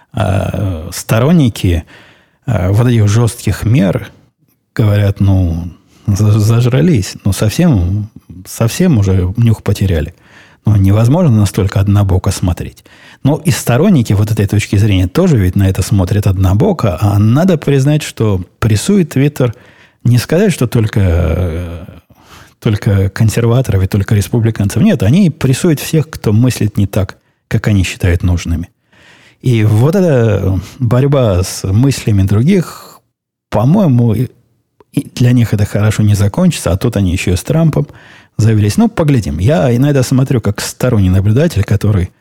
Сторонники вот этих жестких мер говорят, ну, зажрались, ну, совсем, совсем уже нюх потеряли. Ну, невозможно настолько однобоко смотреть. Но и сторонники вот этой точки зрения тоже ведь на это смотрят однобоко, а надо признать, что прессует Твиттер. Не сказать, что только, только консерваторов и только республиканцев. Нет, они прессуют всех, кто мыслит не так, как они считают нужными. И вот эта борьба с мыслями других, по-моему, для них это хорошо не закончится, а тут они еще и с Трампом завелись. Ну, поглядим. Я иногда смотрю как сторонний наблюдатель, который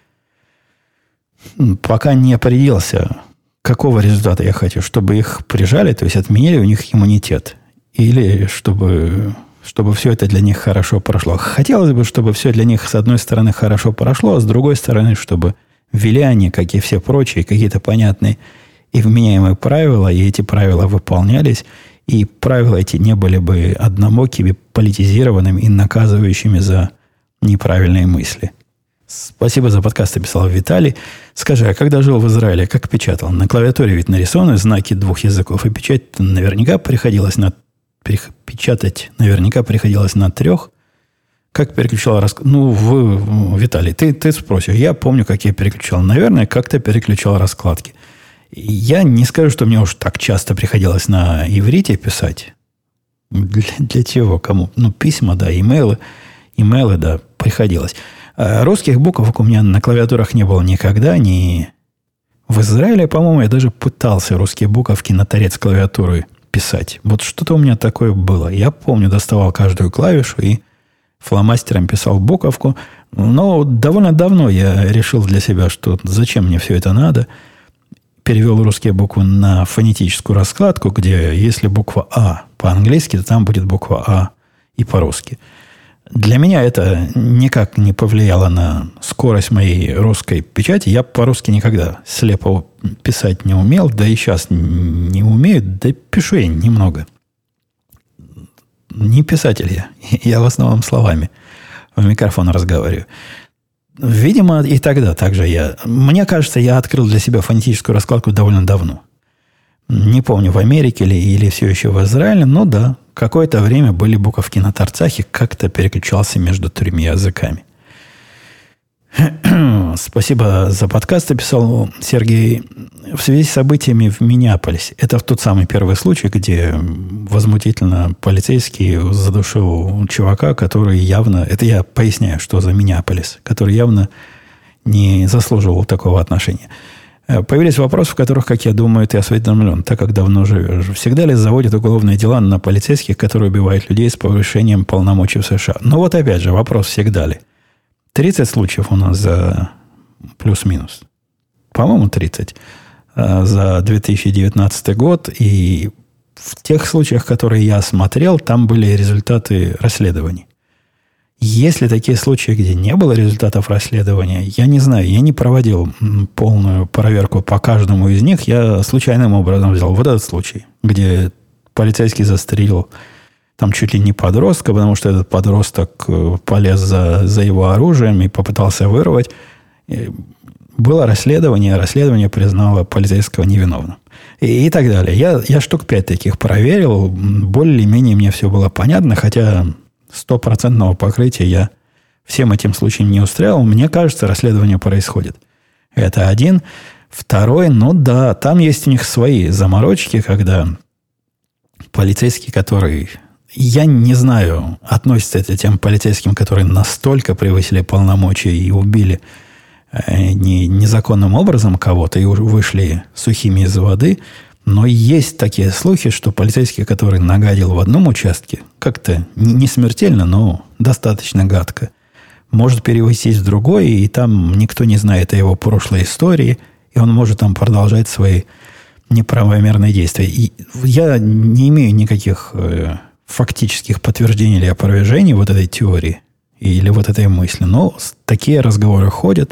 пока не определился, какого результата я хочу, чтобы их прижали, то есть отменили у них иммунитет. Или чтобы, чтобы все это для них хорошо прошло. Хотелось бы, чтобы все для них, с одной стороны, хорошо прошло, а с другой стороны, чтобы ввели они, как и все прочие, какие-то понятные и вменяемые правила, и эти правила выполнялись, и правила эти не были бы однобокими, политизированными и наказывающими за неправильные мысли. Спасибо за подкаст, написал Виталий. Скажи, а когда жил в Израиле, как печатал? На клавиатуре ведь нарисованы знаки двух языков, и печать наверняка приходилось на... Печатать наверняка приходилось на трех. Как переключал раскладку? Ну, вы, Виталий, ты, ты спросишь. Я помню, как я переключал. Наверное, как-то переключал раскладки. Я не скажу, что мне уж так часто приходилось на иврите писать. Для, для чего? Кому? Ну, письма, да, имейлы. Имейлы, да, приходилось. А русских букв у меня на клавиатурах не было никогда. Ни... В Израиле, по-моему, я даже пытался русские буковки на торец клавиатуры писать. Вот что-то у меня такое было. Я помню, доставал каждую клавишу и фломастером писал буковку. Но довольно давно я решил для себя, что зачем мне все это надо. Перевел русские буквы на фонетическую раскладку, где если буква А по-английски, то там будет буква А и по-русски. Для меня это никак не повлияло на скорость моей русской печати. Я по-русски никогда слепо писать не умел, да и сейчас не умею, да пишу я немного. Не писатель я. Я в основном словами в микрофон разговариваю. Видимо, и тогда также я... Мне кажется, я открыл для себя фонетическую раскладку довольно давно. Не помню, в Америке или, или все еще в Израиле, но да, какое-то время были буковки на торцах, и как-то переключался между тремя языками. Спасибо за подкаст, писал Сергей. В связи с событиями в Миннеаполисе. Это тот самый первый случай, где возмутительно полицейский задушил чувака, который явно... Это я поясняю, что за Миннеаполис, который явно не заслуживал такого отношения. Появились вопросы, в которых, как я думаю, ты осведомлен, так как давно живешь. Всегда ли заводят уголовные дела на полицейских, которые убивают людей с повышением полномочий в США? Ну вот опять же, вопрос, всегда ли. тридцать случаев у нас за плюс-минус. По-моему, тридцать. За две тысячи девятнадцатый год. И в тех случаях, которые я смотрел, там были результаты расследований. Есть ли такие случаи, где не было результатов расследования, я не знаю. Я не проводил полную проверку по каждому из них. Я случайным образом взял вот этот случай, где полицейский застрелил там чуть ли не подростка, потому что этот подросток полез за, за его оружием и попытался вырвать. И было расследование, расследование признало полицейского невиновным. И, и так далее. Я, я штук пять таких проверил. Более-менее мне все было понятно, хотя стопроцентного покрытия я всем этим случаям не устраивал. Мне кажется, расследование происходит. Это один. Второй, ну да, там есть у них свои заморочки, когда полицейский, который... Я не знаю, относится это тем полицейским, которые настолько превысили полномочия и убили э, не, незаконным образом кого-то и уже вышли сухими из воды. Но есть такие слухи, что полицейский, который нагадил в одном участке, как-то не, не смертельно, но достаточно гадко, может перевестись в другой, и там никто не знает о его прошлой истории, и он может там продолжать свои неправомерные действия. И я не имею никаких... Э, фактических подтверждений или опровержений вот этой теории или вот этой мысли. Но такие разговоры ходят,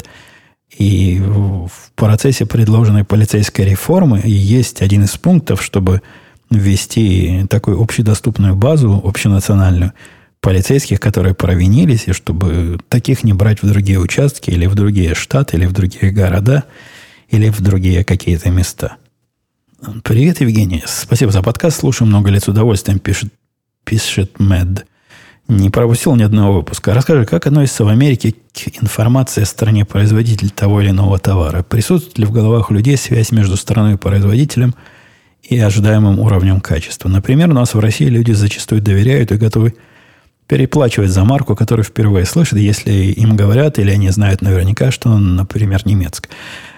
и в процессе предложенной полицейской реформы есть один из пунктов, чтобы ввести такую общедоступную базу, общенациональную, полицейских, которые провинились, и чтобы таких не брать в другие участки или в другие штаты, или в другие города, или в другие какие-то места. Привет, Евгений. Спасибо за подкаст. Слушаю много лет с удовольствием, пишет Пишет Мэд. Не пропустил ни одного выпуска. Расскажи, как относится в Америке к информации о стране-производителя того или иного товара? Присутствует ли в головах у людей связь между страной-производителем и ожидаемым уровнем качества? Например, у нас в России люди зачастую доверяют и готовы переплачивать за марку, которую впервые слышат, если им говорят, или они знают наверняка, что она, например, немецкая.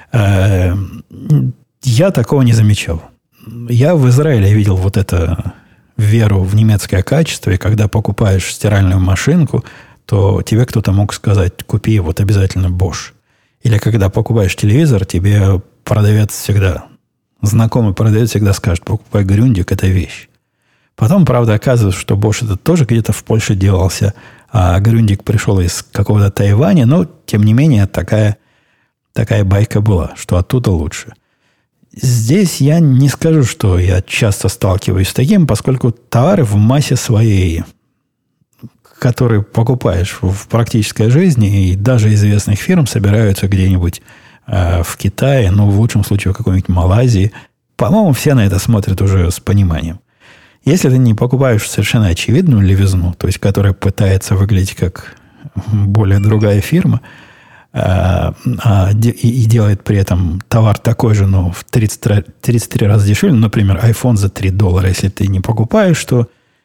Я такого не замечал. Я в Израиле видел вот это... веру в немецкое качество, и когда покупаешь стиральную машинку, то тебе кто-то мог сказать, купи вот обязательно Bosch. Или когда покупаешь телевизор, тебе продавец всегда, знакомый продавец всегда скажет, покупай Грюндик, это вещь. Потом, правда, оказывается, что Bosch это тоже где-то в Польше делался, а Грюндик пришел из какого-то Тайваня, но, тем не менее, такая, такая байка была, что оттуда лучше. Здесь я не скажу, что я часто сталкиваюсь с таким, поскольку товары в массе своей, которые покупаешь в практической жизни, и даже известных фирм собираются где-нибудь э, в Китае, ну, в лучшем случае в какой-нибудь Малайзии. По-моему, все на это смотрят уже с пониманием. Если ты не покупаешь совершенно очевидную левизну, то есть которая пытается выглядеть как более другая фирма, а, а, и, и делает при этом товар такой же, но в тридцать, тридцать три раза дешевле, например, iPhone за три доллара, если ты не покупаешь, то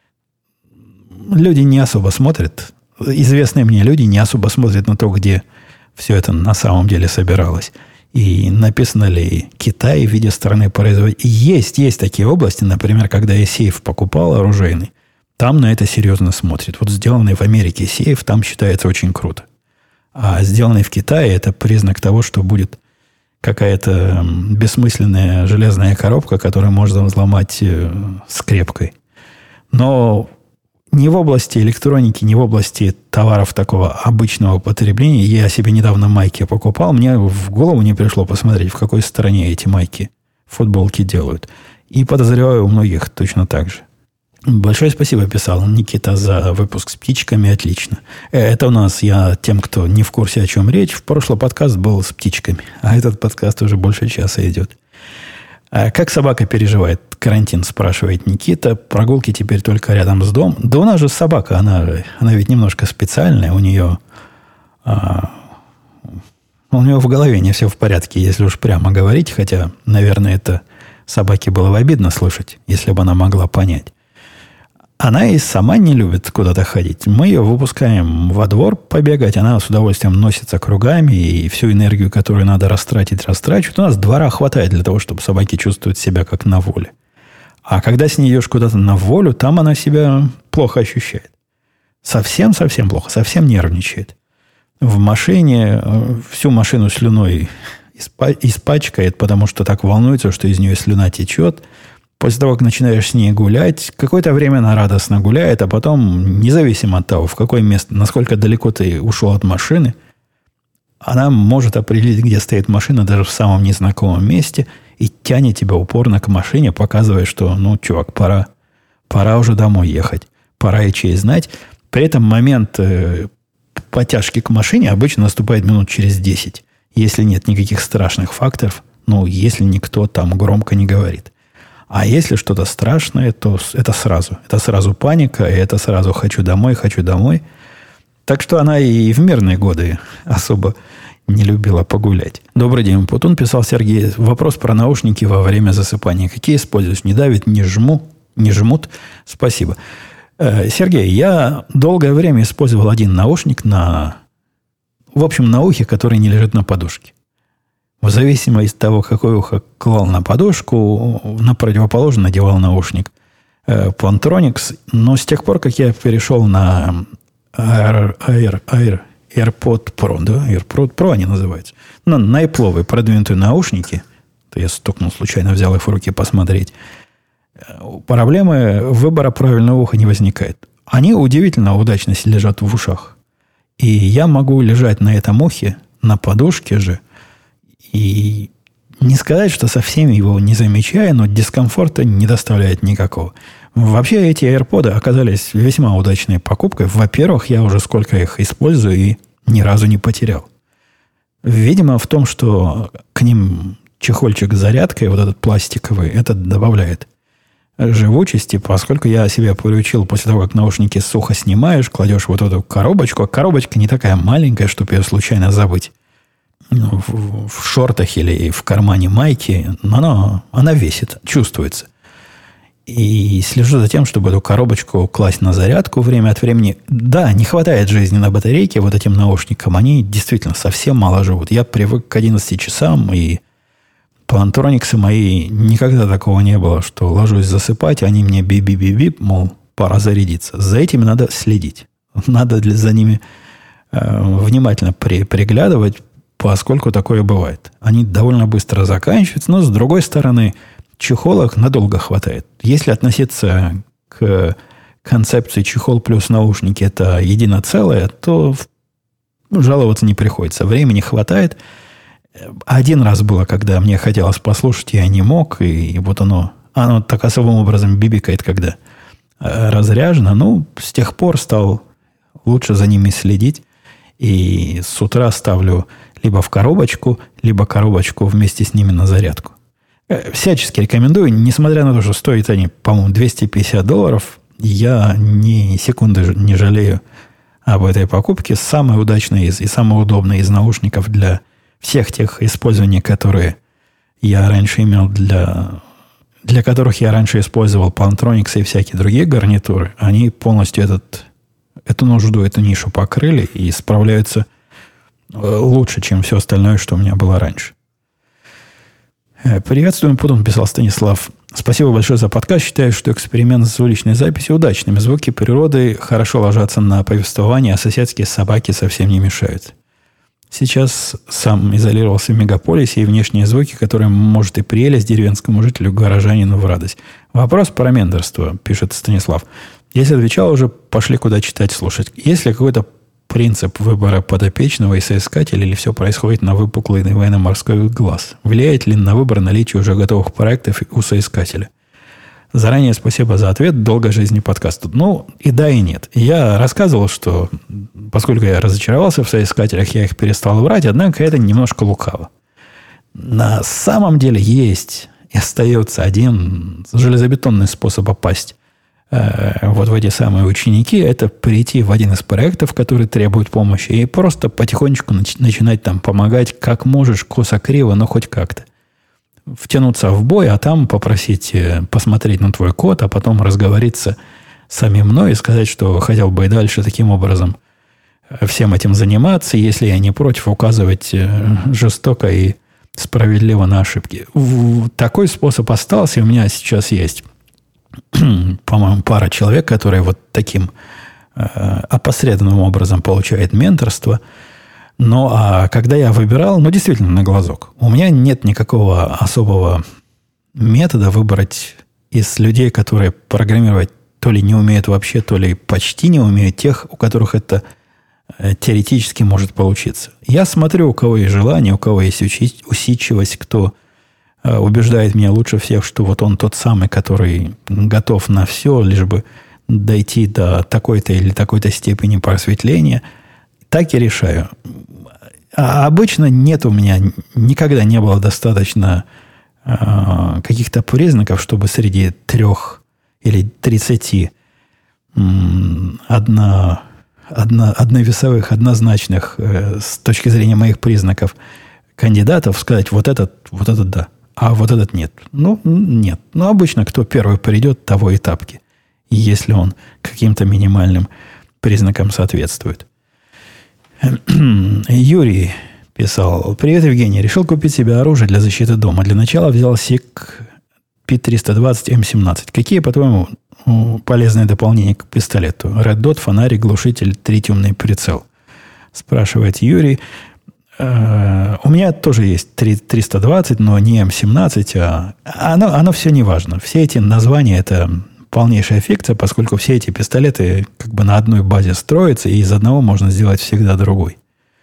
люди не особо смотрят, известные мне люди не особо смотрят на то, где все это на самом деле собиралось. И написано ли Китай в виде страны производителя. Есть, есть такие области, например, когда я сейф покупал оружейный, там на это серьезно смотрят. Вот сделанный в Америке сейф там считается очень круто. А сделанный в Китае это признак того, что будет какая-то бессмысленная железная коробка, которую можно взломать скрепкой. Но ни в области электроники, ни в области товаров такого обычного потребления. Я себе недавно майки покупал. Мне в голову не пришло посмотреть, в какой стране эти майки, футболки делают. И подозреваю, у многих точно так же. Большое спасибо, писал Никита, за выпуск с птичками. Отлично. Это у нас, я тем, кто не в курсе, о чем речь, в прошлый подкаст был с птичками. А этот подкаст уже больше часа идет. А как собака переживает карантин, спрашивает Никита. Прогулки теперь только рядом с домом. Да у нас же собака, она, она ведь немножко специальная. У нее, а, у нее в голове не все в порядке, если уж прямо говорить. Хотя, наверное, это собаке было бы обидно слышать, если бы она могла понять. Она и сама не любит куда-то ходить. Мы ее выпускаем во двор побегать. Она с удовольствием носится кругами. И всю энергию, которую надо растратить, растрачивает. У нас двора хватает для того, чтобы собаки чувствовать себя как на воле. А когда с ней идешь куда-то на волю, там она себя плохо ощущает. Совсем-совсем плохо. Совсем нервничает. В машине всю машину слюной испачкает, потому что так волнуется, что из нее слюна течет. После того, как начинаешь с ней гулять, какое-то время она радостно гуляет, а потом, независимо от того, в какое место, насколько далеко ты ушел от машины, она может определить, где стоит машина, даже в самом незнакомом месте, и тянет тебя упорно к машине, показывая, что, ну, чувак, пора, пора уже домой ехать, пора и честь знать. При этом момент э, потяжки к машине обычно наступает минут через десять, если нет никаких страшных факторов, ну, если никто там громко не говорит. А если что-то страшное, то это сразу. Это сразу паника, и это сразу «хочу домой, хочу домой». Так что она и в мирные годы особо не любила погулять. Добрый день, Путун, писал Сергей. Вопрос про наушники во время засыпания. Какие используешь? Не давит, не жму, не жмут? Спасибо. Сергей, я долгое время использовал один наушник на, в общем, на ухе, который не лежит на подушке. В зависимости от того, какое ухо клал на подушку, на противоположно надевал наушник Plantronics. Но с тех пор, как я перешел на Air, Air, Air, AirPod Pro, да, AirPod Pro они называются, но на Apple продвинутые наушники, то я стукнул случайно, взял их в руки посмотреть, проблемы выбора правильного уха не возникает. Они удивительно удачно лежат в ушах. И я могу лежать на этом ухе, на подушке же, и не сказать, что совсем его не замечая, но дискомфорта не доставляет никакого. Вообще эти AirPods оказались весьма удачной покупкой. Во-первых, я уже сколько их использую и ни разу не потерял. Видимо, в том, что к ним чехольчик с зарядкой, вот этот пластиковый, это добавляет живучести, поскольку я себя приучил после того, как наушники сухо снимаешь, кладешь вот эту коробочку, а коробочка не такая маленькая, чтобы ее случайно забыть. Ну, в, в шортах или в кармане майки, но она, она весит, чувствуется. И слежу за тем, чтобы эту коробочку класть на зарядку время от времени. Да, не хватает жизни на батарейке вот этим наушникам. Они действительно совсем мало живут. Я привык к одиннадцати часам, и Plantronics мои никогда такого не было, что ложусь засыпать, они мне бип-бип-бип, мол, пора зарядиться. За этим надо следить. Надо для, за ними э, внимательно при, приглядывать, поскольку такое бывает. Они довольно быстро заканчиваются, но, с другой стороны, чехолок надолго хватает. Если относиться к концепции чехол плюс наушники это едино целое, то ну, жаловаться не приходится. Времени хватает. Один раз было, когда мне хотелось послушать, я не мог, и вот оно, оно так особым образом бибикает, когда разряжено. Ну, с тех пор стал лучше за ними следить. И с утра ставлю либо в коробочку, либо коробочку вместе с ними на зарядку. Всячески рекомендую, несмотря на то, что стоят они, по-моему, двести пятьдесят долларов, я ни секунды не жалею об этой покупке. Самый удачный из, и самый удобный из наушников для всех тех использований, которые я раньше имел, для, для которых я раньше использовал Plantronics и всякие другие гарнитуры. Они полностью этот, эту нужду, эту нишу покрыли и справляются лучше, чем все остальное, что у меня было раньше. Приветствуем, Путун, писал Станислав. Спасибо большое за подкаст. Считаю, что эксперимент с уличной записью удачным. Звуки природы хорошо ложатся на повествование, а соседские собаки совсем не мешают. Сейчас сам изолировался в мегаполисе, и внешние звуки, которые может и прелесть деревенскому жителю, горожанину в радость. Вопрос про менторство, пишет Станислав. Если отвечал уже, пошли куда читать, слушать. Есть ли какой-то принцип выбора подопечного и соискателя, или все происходит на выпуклый военно-морской глаз? Влияет ли на выбор наличие уже готовых проектов у соискателя? Заранее спасибо за ответ. Долгой жизни подкасту. Ну, и да, и нет. Я рассказывал, что поскольку я разочаровался в соискателях, я их перестал врать, однако это немножко лукаво. На самом деле есть и остается один железобетонный способ попасть вот в эти самые ученики, это прийти в один из проектов, который требует помощи, и просто потихонечку нач- начинать там помогать, как можешь, косо-криво, но хоть как-то. Втянуться в бой, а там попросить посмотреть на твой код, а потом разговориться с самим мной и сказать, что хотел бы и дальше таким образом всем этим заниматься, если я не против, указывать жестоко и справедливо на ошибки. Такой способ остался, и у меня сейчас есть, по-моему, пара человек, которые вот таким э, опосредованным образом получают менторство. Ну, а когда я выбирал, ну, действительно, на глазок. У меня нет никакого особого метода выбрать из людей, которые программировать то ли не умеют вообще, то ли почти не умеют, тех, у которых это э, теоретически может получиться. Я смотрю, у кого есть желание, у кого есть учи- усидчивость, кто убеждает меня лучше всех, что вот он тот самый, который готов на все, лишь бы дойти до такой-то или такой-то степени просветления. Так я решаю. А обычно нет у меня, никогда не было достаточно э, каких-то признаков, чтобы среди трех или тридцати м, одно, одно, одновесовых, однозначных э, с точки зрения моих признаков кандидатов сказать, вот этот, вот этот да. А вот этот нет. Ну, нет. Ну, обычно, кто первый придет, того и тапки. Если он каким-то минимальным признакам соответствует. Юрий писал. Привет, Евгений. Решил купить себе оружие для защиты дома. Для начала взял сик пи триста двадцать эм семнадцать. Какие, по-твоему, полезные дополнения к пистолету? Red Dot, фонарик, глушитель, тритиумный прицел. Спрашивает Юрий. У меня тоже есть триста двадцать, но не эм семнадцать, а оно, оно все не важно. Все эти названия – это полнейшая фикция, поскольку все эти пистолеты как бы на одной базе строятся, и из одного можно сделать всегда другой.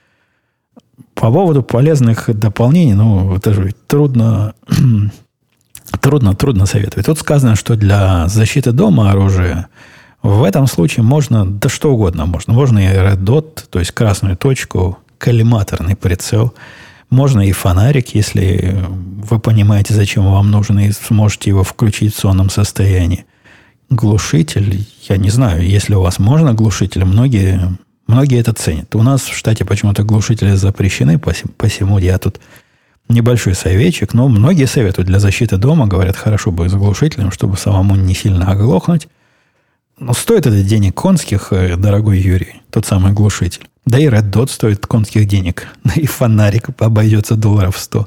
По поводу полезных дополнений, ну, это же трудно, трудно, трудно советовать. Тут сказано, что для защиты дома оружия в этом случае можно, да что угодно можно. Можно и Red Dot, то есть красную точку, коллиматорный прицел. Можно и фонарик, если вы понимаете, зачем вам нужен, и сможете его включить в сонном состоянии. Глушитель, я не знаю, если у вас можно глушитель, многие, многие это ценят. У нас в штате почему-то глушители запрещены, посему я тут небольшой советчик, но многие советуют для защиты дома, говорят, хорошо бы с глушителем, чтобы самому не сильно оглохнуть. Но стоит это денег конских, дорогой Юрий, тот самый глушитель. Да и Red Dot стоит конских денег. Да и фонарик обойдется долларов сто.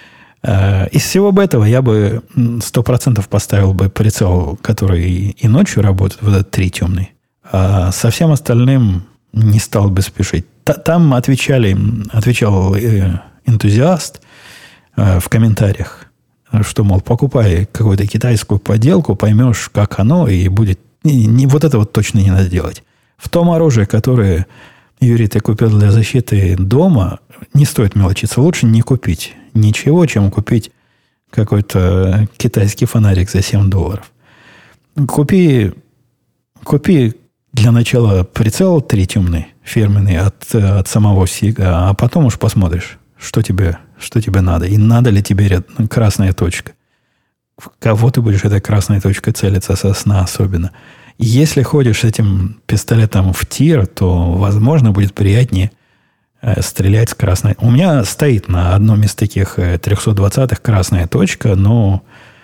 Из всего бы этого я бы сто процентов поставил бы прицел, который и ночью работает, вот этот тритиумный. А со всем остальным не стал бы спешить. Там отвечали, отвечал энтузиаст в комментариях, что, мол, покупай какую-то китайскую поделку, поймешь, как оно, и будет... Не, не, вот это вот точно не надо делать. В том оружии, которое... Юрий, ты купил для защиты дома, не стоит мелочиться. Лучше не купить ничего, чем купить какой-то китайский фонарик за семь долларов. Купи, купи для начала прицел тритиумный, фирменный от, от самого Сига, а потом уж посмотришь, что тебе, что тебе надо. И надо ли тебе ряд, красная точка. В кого ты будешь этой красной точкой целиться со сна особенно. Если ходишь с этим пистолетом в тир, то, возможно, будет приятнее э, стрелять с красной. У меня стоит на одном из таких э, триста двадцатых красная точка, но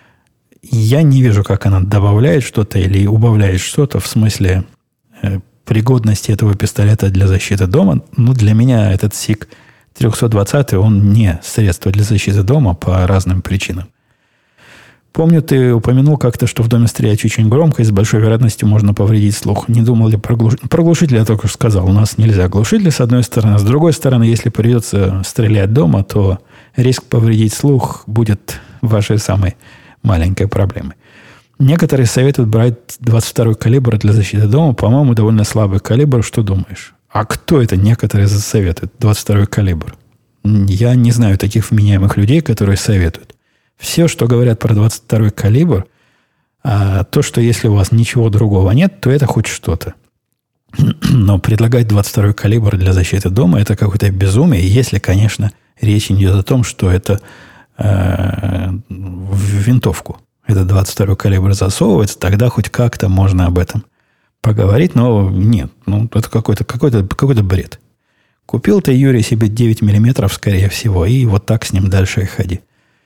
я не вижу, как она добавляет что-то или убавляет что-то в смысле э, пригодности этого пистолета для защиты дома. Ну, для меня этот СИГ триста двадцатый, он не средство для защиты дома по разным причинам. Помню, ты упомянул как-то, что в доме стрелять очень громко, и с большой вероятностью можно повредить слух. Не думал ли про глушитель? Про глушитель я только что сказал. У нас нельзя глушители, с одной стороны. С другой стороны, если придется стрелять дома, то риск повредить слух будет вашей самой маленькой проблемой. Некоторые советуют брать двадцать второй калибр для защиты дома. По-моему, довольно слабый калибр. Что думаешь? А кто это некоторые советуют? двадцать второй калибр. Я не знаю таких вменяемых людей, которые советуют. Все, что говорят про двадцать второй калибр, а то, что если у вас ничего другого нет, то это хоть что-то. Но предлагать двадцать второй калибр для защиты дома – это какое-то безумие, если, конечно, речь идет о том, что это э, в винтовку. Это двадцать второй калибр засовывается, тогда хоть как-то можно об этом поговорить, но нет. Ну, это какой-то, какой-то, какой-то бред. Купил ты, Юрий, себе девять миллиметров, скорее всего, и вот так с ним дальше и ходи.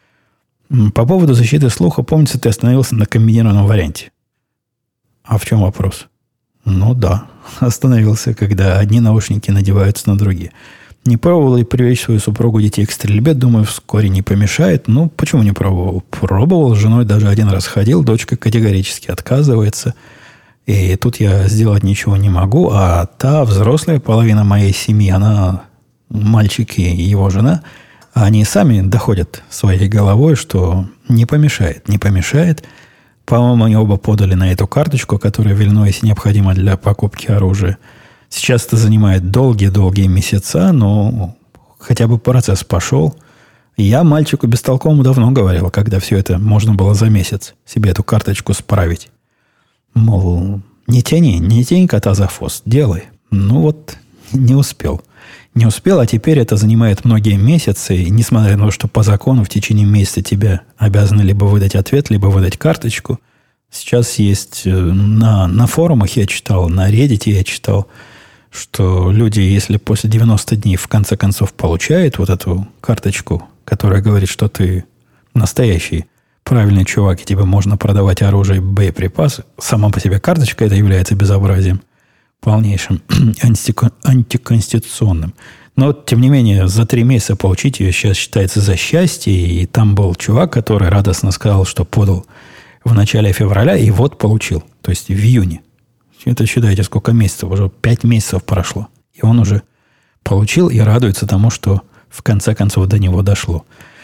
По поводу защиты слуха, помнится, ты остановился на комбинированном варианте. А в чем вопрос? Ну да, остановился, когда одни наушники надеваются на другие. Не пробовал ли привлечь свою супругу детей к стрельбе? Думаю, вскоре не помешает. Ну, почему не пробовал? Пробовал, с женой даже один раз ходил, дочка категорически отказывается. И тут я сделать ничего не могу. А та взрослая половина моей семьи, она, мальчик и его жена, они сами доходят своей головой, что не помешает, не помешает. По-моему, они оба подали на эту карточку, которая в Иллинойсе необходима для покупки оружия. Сейчас это занимает долгие-долгие месяца, но хотя бы процесс пошел. Я мальчику бестолковому давно говорил, когда все это можно было за месяц себе эту карточку справить. Мол, не тяни, не тяни кота за хвост, делай. Ну вот, не успел. Не успел, а теперь это занимает многие месяцы, и несмотря на то, что по закону в течение месяца тебя обязаны либо выдать ответ, либо выдать карточку. Сейчас есть на, на форумах я читал, на Reddit я читал, что люди, если после девяноста дней в конце концов получают вот эту карточку, которая говорит, что ты настоящий правильный чувак, и тебе можно продавать оружие и боеприпасы, сама по себе карточка это является безобразием полнейшим антиконституционным. Но, тем не менее, за три месяца получить ее сейчас считается за счастье. И там был чувак, который радостно сказал, что подал в начале февраля, и вот получил. То есть в июне. Это считайте, сколько месяцев. Уже пять месяцев прошло. И он уже получил и радуется тому, что в конце концов до него дошло.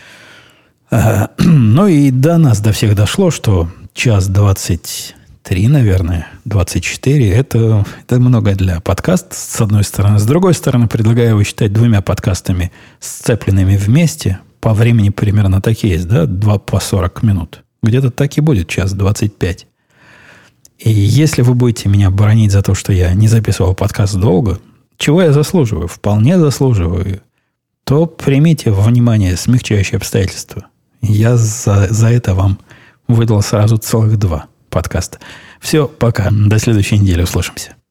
А, ну и до нас, до всех дошло, что час двадцать... Три, наверное, двадцать четыре. Это, это много для подкаста, с одной стороны. С другой стороны, предлагаю его считать двумя подкастами, сцепленными вместе. По времени примерно так и есть, да? Два по сорок минут. Где-то так и будет, час двадцать пять. И если вы будете меня бронить за то, что я не записывал подкаст долго, чего я заслуживаю? Вполне заслуживаю. То примите во внимание смягчающие обстоятельства. Я за, за это вам выдал сразу целых два подкаста. Все, пока. До следующей недели услышимся.